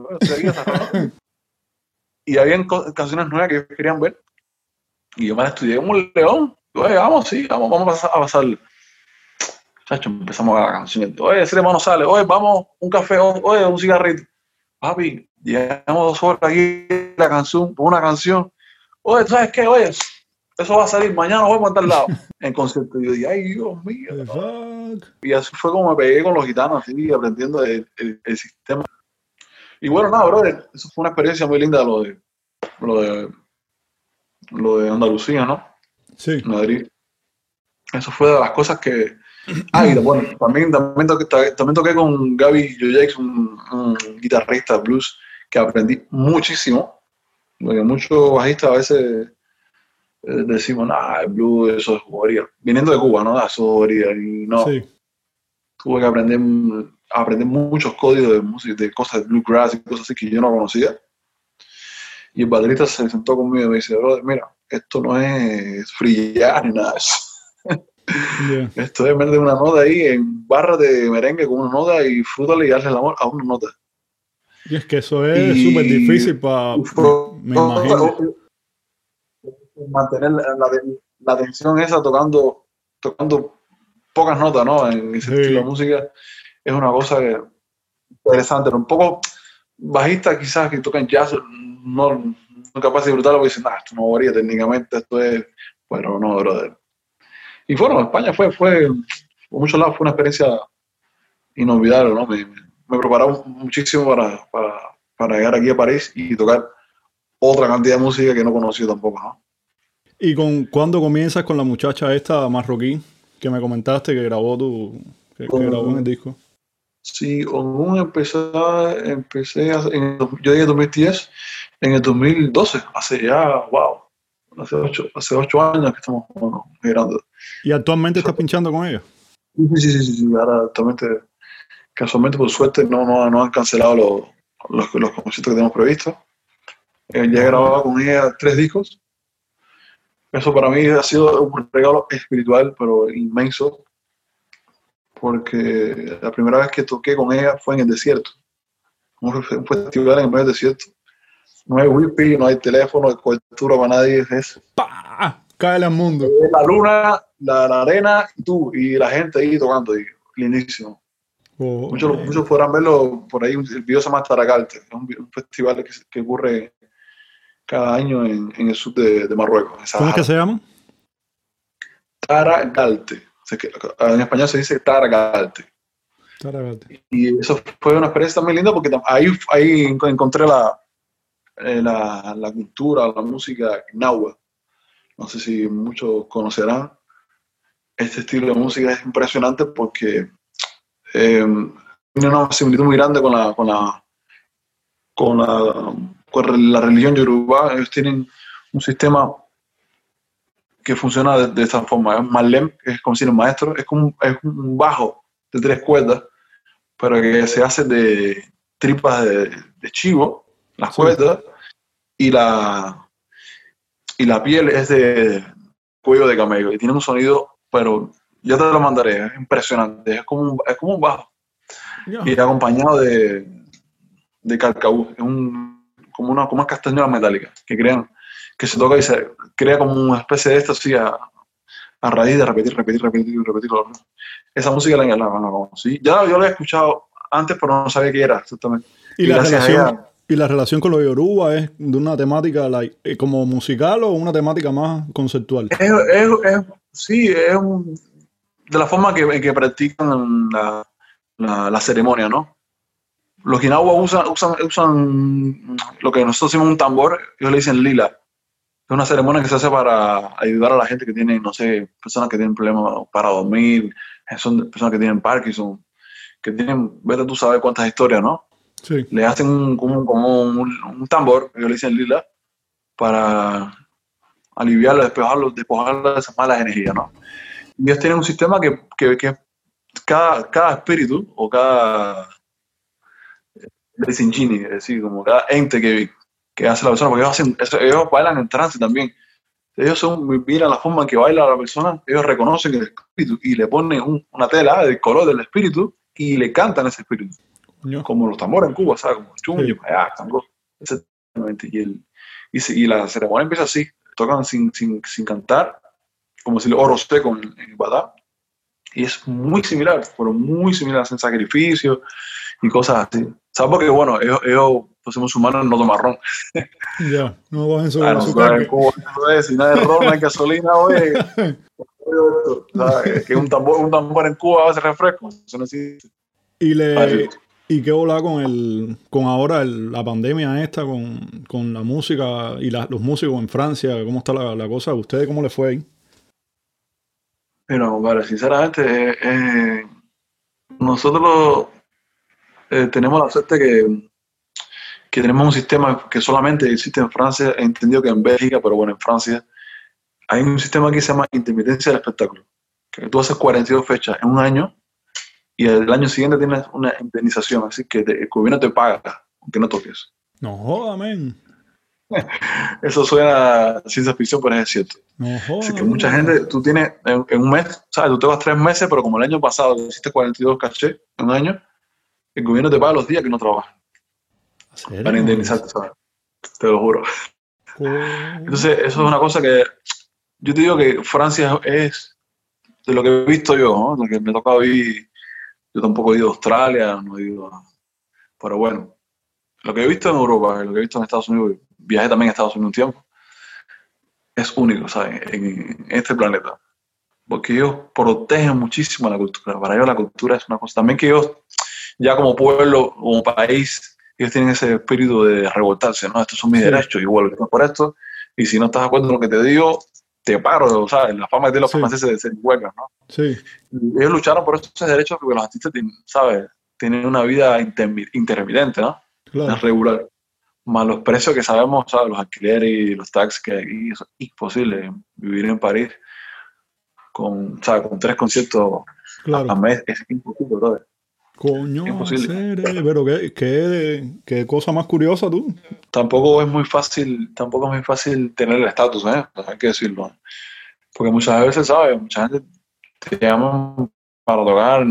Y habían canciones nuevas que ellos querían ver. Y yo me las estudié como un león. Oye, vamos, sí, vamos, vamos a pasar. A pasar. Chacho, empezamos a la canción. Oye, ese hermano sale. Oye, vamos, un café, oye, un cigarrito. Papi, llevamos dos horas aquí la canción, una canción. Oye, ¿tú sabes qué? Oye, eso va a salir mañana, voy a tal lado. En concierto. Y yo dije, ay, Dios mío. No. Y así fue como me pegué con los gitanos, así, aprendiendo el, el, el sistema. Y bueno, nada, brother, eso fue una experiencia muy linda lo de, lo de, lo de Andalucía, ¿no? Sí. Madrid. Eso fue de las cosas que... Ah, y bueno, también, también, toqué, también toqué con Gaby Joe Jackson, un, un guitarrista blues que aprendí muchísimo. Porque muchos bajistas a veces eh, decimos, nah, el blues, eso es bobería. Viniendo de Cuba, ¿no? Eso es bobería. Y no, sí. Tuve que aprender, aprender muchos códigos de música, de cosas de bluegrass y cosas así que yo no conocía. Y el baterista se sentó conmigo y me dice, brother, mira, esto no es free jazz ni nada de eso. Yeah. Esto es meter una nota ahí en barra de merengue con una nota y frútale y hazle el amor a una nota. Y es que eso es súper difícil para, me imagino, mantener la, la, la tensión esa tocando, tocando pocas notas, ¿no? En ese sí. estilo de música es una cosa que, interesante, pero un poco bajista quizás que tocan jazz, no, no capaz de disfrutarlo porque dicen, nah, esto no varía técnicamente, esto es, bueno, no, brother. Y bueno, España fue, fue, por muchos lados fue una experiencia inolvidable, ¿no? Me, me preparaba muchísimo para, para, para llegar aquí a París y tocar otra cantidad de música que no conocía tampoco, ¿no? ¿Y con cuándo comienzas con la muchacha esta marroquí que me comentaste que grabó tu, que, que grabó en el disco? Sí, con empecé, empecé en, yo llegué en dos mil diez, en el dos mil doce, hace ya, wow, hace ocho, hace ocho años que estamos bueno, grabando. ¿Y actualmente estás pinchando con ella? Sí, sí, sí, sí, sí, ahora actualmente, casualmente por suerte no, no, no han cancelado los, los, los conciertos que tenemos previstos. Eh, ya he grabado con ella tres discos. Eso para mí ha sido un regalo espiritual, pero inmenso, porque la primera vez que toqué con ella fue en el desierto, un festival en el medio del desierto. No hay wifi, no hay teléfono, no hay cobertura para nadie, es ¡pah! Cae al mundo. La luna, la, la arena y tú, y la gente ahí tocando, y lindísimo. Oh, muchos, eh. muchos podrán verlo por ahí, el video se llama Taragalte, es un, un festival que, que ocurre cada año en, en el sur de, de Marruecos. ¿Cómo es que se llama? Taragalte. En español se dice Taragalte. Taragalte. Y eso fue una experiencia muy linda porque ahí, ahí encontré la, la, la cultura, la música náhuatl. No sé si muchos conocerán. Este estilo de música es impresionante porque eh, tiene una similitud muy grande con la, con la, con la, con la religión yoruba. Ellos tienen un sistema que funciona de, de esta forma. Es Marlem, que es como si el maestro, es como es un bajo de tres cuerdas, pero que se hace de tripas de, de chivo, las sí. cuerdas, y la, y la piel es de cuello de camello. Y tiene un sonido, pero yo te lo mandaré, es impresionante. Es como un, es como un bajo. Yeah. Y acompañado de, de carcaú. Es un, como una, como una castañuela metálica que crean, que se toca y se crea como una especie de esto así a, a raíz de repetir, repetir, repetir, repetir. Esa música la, la, la, la conocí. Ya yo la he escuchado antes, pero no sabía qué era exactamente. ¿Y, y la, relación, ella, ¿Y la relación con los yoruba es de una temática like, como musical o una temática más conceptual? Es, es, es, sí, es un, de la forma que, que practican la, la, la ceremonia, ¿no? Los guinahuas usan, usan, usan lo que nosotros decimos un tambor, ellos le dicen lila. Es una ceremonia que se hace para ayudar a la gente que tiene, no sé, personas que tienen problemas para dormir, son personas que tienen Parkinson, que tienen, vete tú sabes cuántas historias, ¿no? Sí. Le hacen un, como, como un, un tambor, ellos le dicen lila, para aliviarlo, despejarlo, despojarlo de esas malas energías, ¿no? Y ellos tienen un sistema que, que, que cada, cada espíritu o cada dicen genie, es decir, como cada ente que, que hace la persona, porque ellos, hacen, eso, ellos bailan en trance también. Ellos son, miran la forma en que baila la persona, ellos reconocen el espíritu y le ponen un, una tela del color del espíritu y le cantan ese espíritu. No. Como los tambores en Cuba, ¿sabes? Como chum, Sí. ah, tango. Exactamente. Y, el, y, y la ceremonia empieza así, tocan sin, sin, sin cantar, como si el oro seco en, en Badá. Y es muy similar, pero muy similar, hacen sacrificios y cosas así. ¿Sabes? Porque, bueno, ellos, ellos pues, somos humanos, no toman ron. Ya, no cogen su Ah, azúcar. en Cuba, no es, si no hay ron, no hay gasolina, oye. ¿Sabes? Que un tambor, un tambor en Cuba hace refresco. Eso no existe. Y le Así. y qué volá con el con ahora el, la pandemia esta con, con la música y la, los músicos en Francia, ¿cómo está la, la cosa? ¿A ustedes cómo les fue ahí? Mira, compadre, sinceramente, eh, eh, nosotros eh, tenemos la suerte que, que tenemos un sistema que solamente existe en Francia, he entendido que en Bélgica, pero bueno, en Francia, hay un sistema que se llama intermitencia del espectáculo, que tú haces cuarenta y dos fechas en un año y el año siguiente tienes una indemnización, así que te, el gobierno te paga, aunque no toques. No joda, men. Eso suena a ciencia ficción, pero es cierto. No joda. Así que mucha gente, tú tienes en, en un mes, ¿sabes? Tú te vas tres meses, pero como el año pasado hiciste cuarenta y dos cachés en un año, el gobierno te paga los días que no trabajas. ¿Serio? Para indemnizarte, ¿sabes? Te lo juro. Oh. Entonces, eso es una cosa que yo te digo que Francia es, de lo que he visto yo, ¿no? Lo que me toca vivir, yo tampoco he ido a Australia, no he ido a... Pero bueno, lo que he visto en Europa, lo que he visto en Estados Unidos, viajé también a Estados Unidos un tiempo, es único, ¿sabes? En este planeta. Porque ellos protegen muchísimo la cultura. Para ellos la cultura es una cosa. También que ellos, ya como pueblo, como país, ellos tienen ese espíritu de revoltarse, ¿no? Estos son mis Sí. derechos, igual lucho por esto, y si no estás de acuerdo con lo que te digo, te paro, ¿sabes? La fama de los Sí. franceses se huelgan, ¿no? Sí. Y ellos lucharon por esos derechos porque los artistas, ¿sabes? Tienen una vida intermi- intermitente, ¿no? Claro. Es regular. Más los precios que sabemos, ¿sabes? Los alquileres y los taxis que hay, eso es imposible. Vivir en París con, ¿sabes? Con tres conciertos Claro. al mes es imposible, brother. Coño, Imposible. serio. Pero qué, qué, qué cosa más curiosa tú. Tampoco es muy fácil, tampoco es muy fácil tener el estatus, ¿eh? Hay que decirlo. Porque muchas veces, ¿sabes? Mucha gente te llaman para tocar,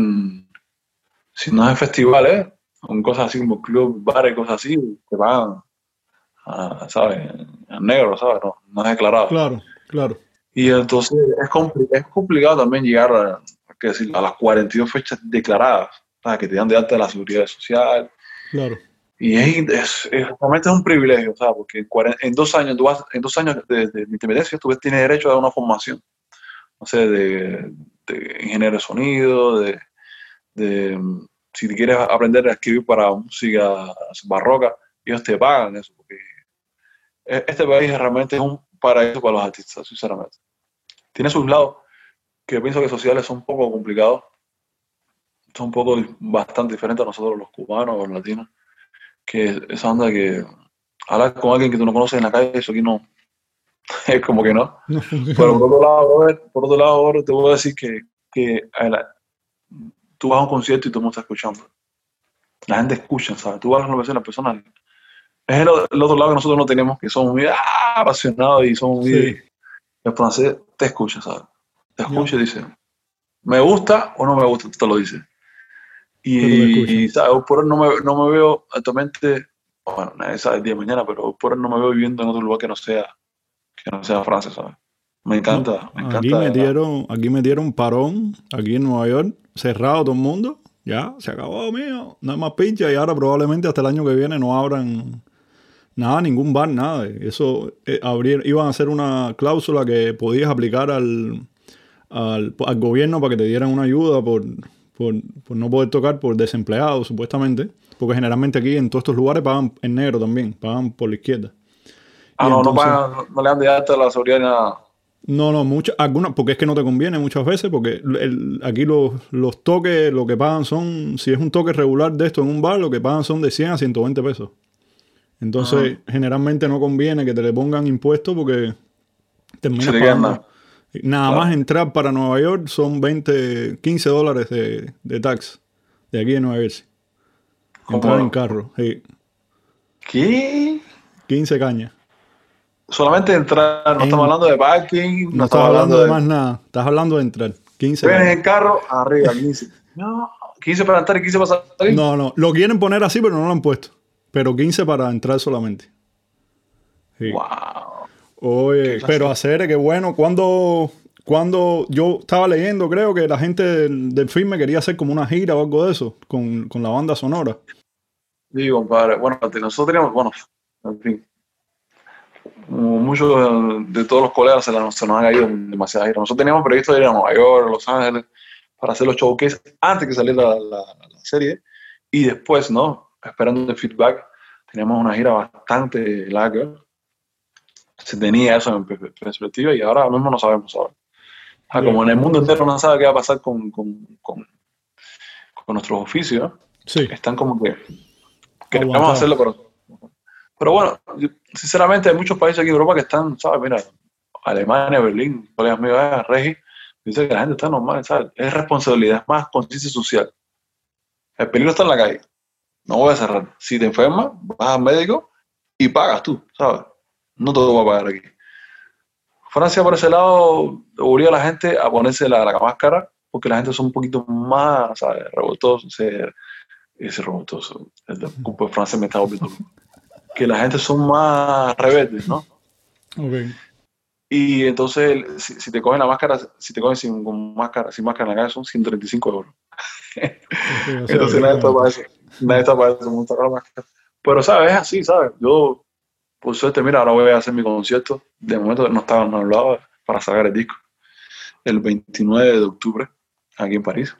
si no es en festivales, con cosas así como club, bares, cosas así, te pagan, a, ¿sabes? En negro, ¿sabes? No, no es declarado. Claro, claro. Y entonces es, compli es complicado también llegar a, hay que decir, a las cuarenta y dos fechas declaradas, ¿sabes? Que te dan de alta de la seguridad social. Claro. Y es, es, es, realmente es un privilegio, ¿sabes? Porque en, cuarenta, en dos años, tú vas, en dos años de, de, de independencia, tú tienes derecho a una formación, no sé, de, de ingeniero de sonido, de, de, si te quieres aprender a escribir para música barroca, ellos te pagan eso, porque este país realmente es un paraíso para los artistas, sinceramente. Tiene sus lados, que yo pienso que sociales son un poco complicados, son un poco bastante diferentes a nosotros los cubanos o los latinos, que esa onda que hablar con alguien que tú no conoces en la calle, eso aquí no, es como que no. No funciona. Pero por otro lado, Robert, por otro lado, Robert, te voy a decir que, que la, tú vas a un concierto y todo el mundo está escuchando. La gente escucha, ¿sabes? Tú vas a una las personas. Es el, el otro lado que nosotros no tenemos, que somos muy ah, apasionados y somos muy... Sí. El francés te escucha, ¿sabes? Te escucha No. y dice, ¿me gusta o no me gusta? Tú te lo dices. Y, y ¿sabes? Por no me, no me veo actualmente, bueno, nadie sabe el día de mañana, pero por no me veo viviendo en otro lugar que no sea, que no sea Francia, ¿sabes? Me encanta, no, me encanta. Aquí metieron, aquí metieron parón, aquí en Nueva York, cerrado todo el mundo. Ya, se acabó, mío. No hay más pincha y ahora probablemente hasta el año que viene no abran nada, ningún bar, nada. Eso, eh, abrir, iban a hacer una cláusula que podías aplicar al, al, al gobierno para que te dieran una ayuda por, por, por no poder tocar por desempleado, supuestamente. Porque generalmente aquí en todos estos lugares pagan en negro también, pagan por la izquierda. Ah, Y no, entonces, no, pagan, no le dan de alta la seguridad ni nada. No, no, muchas, algunas, porque es que no te conviene muchas veces, porque el, aquí los, los toques, lo que pagan son, si es un toque regular de esto en un bar, lo que pagan son de cien a ciento veinte pesos. Entonces, uh-huh. generalmente no conviene que te le pongan impuestos porque terminas pagando. Nada, nada claro. más entrar para Nueva York son veinte, quince dólares de, de tax de aquí en Nueva Jersey. Entrar en carro, sí. ¿Qué? quince cañas. Solamente entrar, no En- estamos hablando de parking, no, No estás estamos hablando hablando de de... más nada. Estás hablando de entrar. quince Vienes cañas. en carro, arriba, quince. No, quince para entrar y quince para salir. No, no. Lo quieren poner así, pero no lo han puesto. Pero quince para entrar solamente. Sí. Wow. Oye, Qué pero clase. hacer que bueno, cuando, cuando yo estaba leyendo, creo que la gente del, del filme quería hacer como una gira o algo de eso, con, con la banda sonora. Sí, compadre. Bueno, nosotros teníamos, bueno, en fin, como muchos de todos los colegas se, la, se nos han caído demasiadas giras. Nosotros teníamos previsto ir a Nueva York, Los Ángeles, para hacer los showcases antes que saliera la, la, la serie. Y después, ¿no? Esperando el feedback, teníamos una gira bastante larga. Se tenía eso en perspectiva y ahora mismo no sabemos, ¿sabes? O sea, como en el mundo entero no sabe qué va a pasar con, con, con, con nuestros oficios, Sí. están como que queremos Aguantado. hacerlo, pero, pero bueno, yo, sinceramente hay muchos países aquí en Europa que están, ¿sabes? Mira, Alemania, Berlín, colegas míos, eh, Regi, dice que la gente está normal, ¿sabes? Es responsabilidad, es más conciencia social. El peligro está en la calle. No voy a cerrar. Si te enfermas, vas al médico y pagas tú, ¿sabes? No te lo voy a pagar aquí. Francia, por ese lado, obliga a la gente a ponerse la, la máscara porque la gente son un poquito más, ¿sabes? Revoltosos, ese, ese revoltoso. El cupo de Francia me está volviendo loco. Que la gente son más rebeldes, ¿no? Okay. Y entonces, si, si te cogen la máscara, si te cogen sin, con máscara, sin máscara en la calle, son ciento treinta y cinco euros. Okay, o sea, Entonces, nadie está para eso. Nadie está para eso, montar la máscara. Pero, ¿sabes? Es así, ¿sabes? Yo, por suerte, mira, ahora voy a hacer mi concierto. De momento no estaba no hablaba para sacar el disco. El veintinueve de octubre, aquí en París.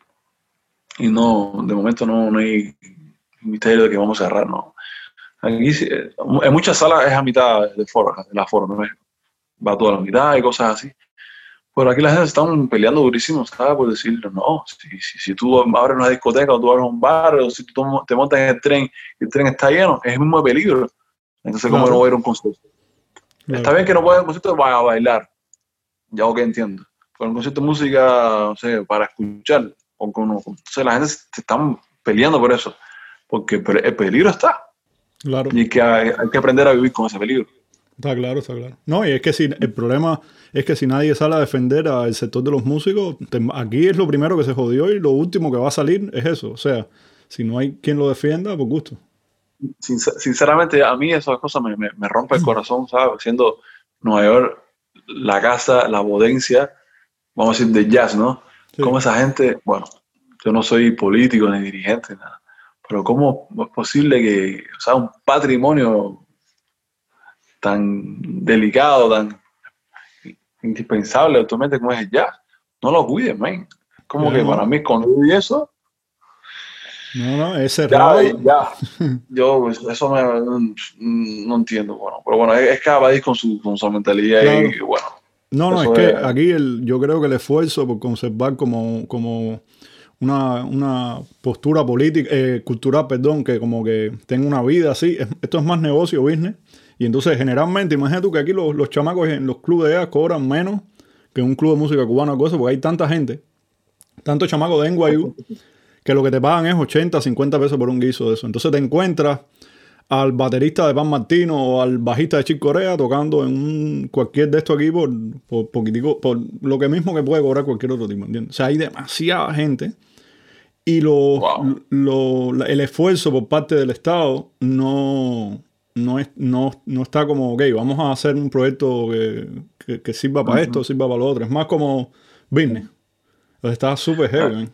Y no, de momento no, no hay misterio de que vamos a cerrar, no. Aquí, en muchas salas es a mitad de foro, el aforo, ¿no? Va toda la mitad y cosas así. Pero aquí la gente se están peleando durísimo, ¿sabes? Por decirle, no, si, si, si tú abres una discoteca o tú abres un bar o si tú te montas en el tren y el tren está lleno, es el mismo peligro. Entonces, ¿cómo Claro. no voy a ir a un concierto? Claro. Está bien que no puedas ir a un concierto, vaya a bailar, ya ok, entiendo. Pero un concierto de música, no sé, para escuchar, o con, o sea, la gente se están peleando por eso, porque el peligro está. Claro. Y que hay, hay que aprender a vivir con ese peligro. Está claro, está claro. No, y es que si el problema es que si nadie sale a defender al sector de los músicos, te, aquí es lo primero que se jodió y lo último que va a salir es eso. O sea, si no hay quien lo defienda, por gusto. Sincer, sinceramente, a mí esas cosas me, me, me rompe el corazón, ¿sabes? Siendo Nueva York la casa, la bodencia, vamos a decir, de jazz, ¿no? Sí. Como esa gente, bueno, yo no soy político ni dirigente, nada, pero ¿cómo es posible que, o sea, un patrimonio tan delicado, tan indispensable actualmente como es el jazz, no lo cuiden, man? Como Ya, que no. para mí con eso, No, no, es cerrado. ya, ya. Yo eso me, no, no entiendo, bueno, pero bueno, es, es cada país con su, con su mentalidad Claro. y bueno. No, no, es eso que es, aquí el, yo creo que el esfuerzo por conservar como, como una, una postura política, eh, cultural, perdón, que como que tenga una vida así, es- esto es más negocio, business. Y entonces generalmente, imagínate tú que aquí los, los chamacos en los clubes de jazz cobran menos que en un club de música cubana o cosas, porque hay tanta gente, tantos chamacos de N Y U, que lo que te pagan es ochenta, cincuenta pesos por un guiso de eso. Entonces te encuentras al baterista de Pan Martino o al bajista de Chick Corea tocando en un, cualquier de estos aquí por, por, poquitico, por lo que mismo que puede cobrar cualquier otro tipo, ¿entiendes? O sea, hay demasiada gente y lo, wow. lo, la- el esfuerzo por parte del Estado no, no, es, no, no está como, ok, vamos a hacer un proyecto que, que, que sirva para Uh-huh. esto, sirva para lo otro. Es más como business. Entonces está súper heavy, man.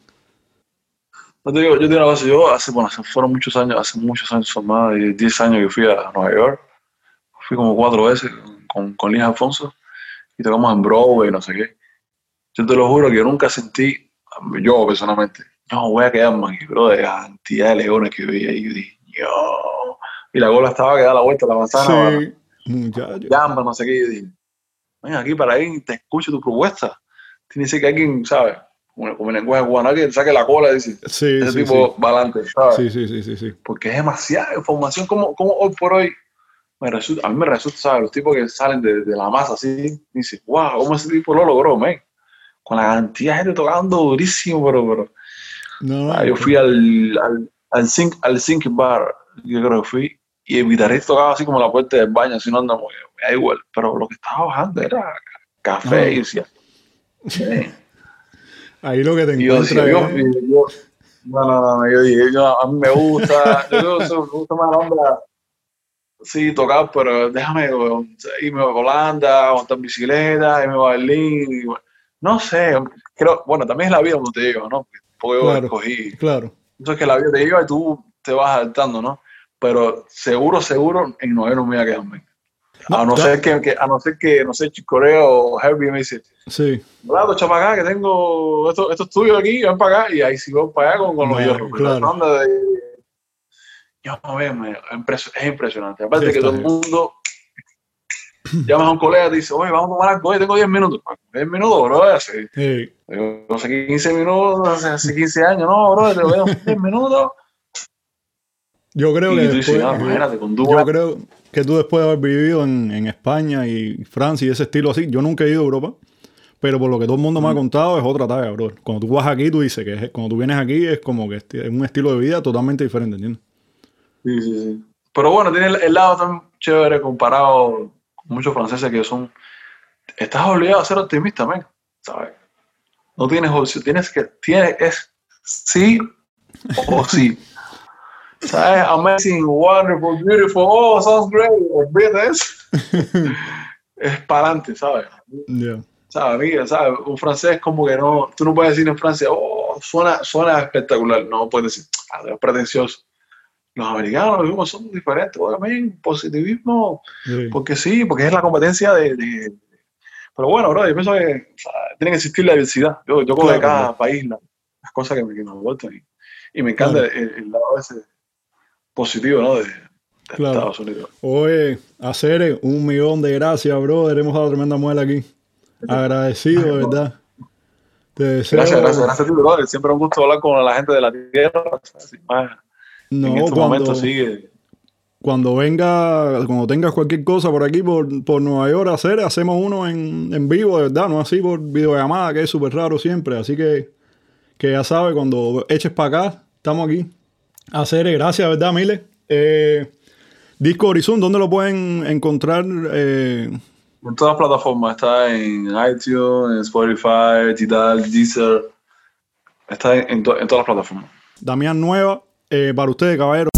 No te digo, yo tengo una base, yo hace, bueno, hace, fueron muchos años, hace muchos años, son más de diez años que fui a Nueva York, fui como cuatro veces con, con Liz Alfonso y tocamos en Broadway, no sé qué. Yo te lo juro que yo nunca sentí, yo personalmente, no, voy a quedarme aquí, bro, de la cantidad de leones que veía ahí, yo dije, yo, y la gola estaba que da la vuelta a la manzana, Sí, muchacho. llama, no sé qué, y yo dije, ven aquí para ir, te escucho tu propuesta, tiene que ser que alguien, ¿sabes? Como, como en lenguaje cubano, que saque la cola y dice, Sí, ese sí, tipo sí. va adelante, ¿sabes? Sí, sí, sí, sí, sí. Porque es demasiada información, como, como hoy por hoy, me resulta, a mí me resulta, ¿sabes? Los tipos que salen de, de la masa así, dices, wow, ¿cómo ese tipo lo logró, man? Con la cantidad de gente tocando durísimo, pero, pero No, no, ah, yo es que- fui al, al, al Zinc, al Zinc Bar, yo creo que fui, y el guitarrista tocaba así como la puerta del baño, así no anda muy, me da igual, pero lo que estaba bajando era café, Ah. y decía, "Eh". Ahí lo que te Y yo encuentras decía, yo, es- yo, yo- no, no, no, yo dije, yo, a mí me gusta, yo, yo, me gusta más la onda, sí, tocar, pero déjame o, irme a Holanda, montar bicicleta, irme a Berlín, y, bueno, no sé, creo, bueno, también es la vida como te digo, ¿no? Porque yo Claro, escogí, claro. entonces que la vida te lleva y tú te vas adaptando, ¿no? Pero seguro, seguro, en Nueva York no me voy a quedarme. No, A no ta- ser que, que- a no ser que, no sé, Chicorea o Herbie me dice, sí, Vlado, echa para acá, que tengo esto, esto es tuyo aquí, ven para acá, y ahí sí voy para allá con, con los nah, hierros. Pero esa claro. onda de, yo no veo, me- impres- es impresionante. Aparte que Está todo el heavy. mundo, llamas a un colega y te dice, oye, vamos a tomar algo, oye, tengo diez minutos. diez minutos, bro, hace, Hey, no sé, quince minutos, hace, hace quince años, no, bro, te veo diez minutos. yo creo que Y tú dices, después, ah, yo, imagínate, con yo Dua. creo que tú después de haber vivido en, en España y Francia y ese estilo así, yo nunca he ido a Europa, pero por lo que todo el mundo me ha contado es otra talla, bro. Cuando tú vas aquí, tú dices que es- cuando tú vienes aquí es como que esti- es un estilo de vida totalmente diferente, ¿entiendes? Sí, sí, sí. Pero bueno, tiene el, el lado tan chévere comparado con muchos franceses que son. Estás obligado a ser optimista, man, ¿sabes? No tienes opción, tienes que. Tienes, es sí o sí. ¿Sabes? Amazing, wonderful, beautiful, oh, sounds great. Olvídate eso. Es para adelante, ¿sabes? Yeah, ¿Sabes? Mira, ¿sabes? Un francés como que no. Tú no puedes decir en Francia, oh, suena, suena espectacular. No puedes decir, ah, es pretencioso. Los americanos los mismos son diferentes, obviamente, positivismo, sí, porque sí, porque es la competencia de, de- pero bueno, bro, yo pienso que o sea, tiene que existir la diversidad. Yo, yo creo que claro, cada claro, país, la- las cosas que me, que me gustan y, y me encanta claro, el, el lado ese positivo, ¿no? De, de claro. Estados Unidos. Oye, hacer un millón de gracias, brother. Hemos dado tremenda muela aquí. Agradecido, de verdad. Te Gracias, gracias, deseo. gracias a ti, brother. Siempre es un gusto hablar con la gente de la tierra. Así, más en No, estos momentos cuando, sigue. cuando venga, cuando tengas cualquier cosa por aquí, por, por Nueva York, hacer, hacemos uno en, en vivo, de verdad, no así por videollamada, que es súper raro siempre. Así que, que ya sabes, cuando eches para acá, estamos aquí. Hacer, gracias, ¿verdad, Mile? Eh, Disco Horizon, ¿dónde lo pueden encontrar? Eh, En todas las plataformas, está en iTunes, en Spotify, Tidal, Deezer, está en, en to- en todas las plataformas. Damián Nueva, eh, para ustedes, caballero.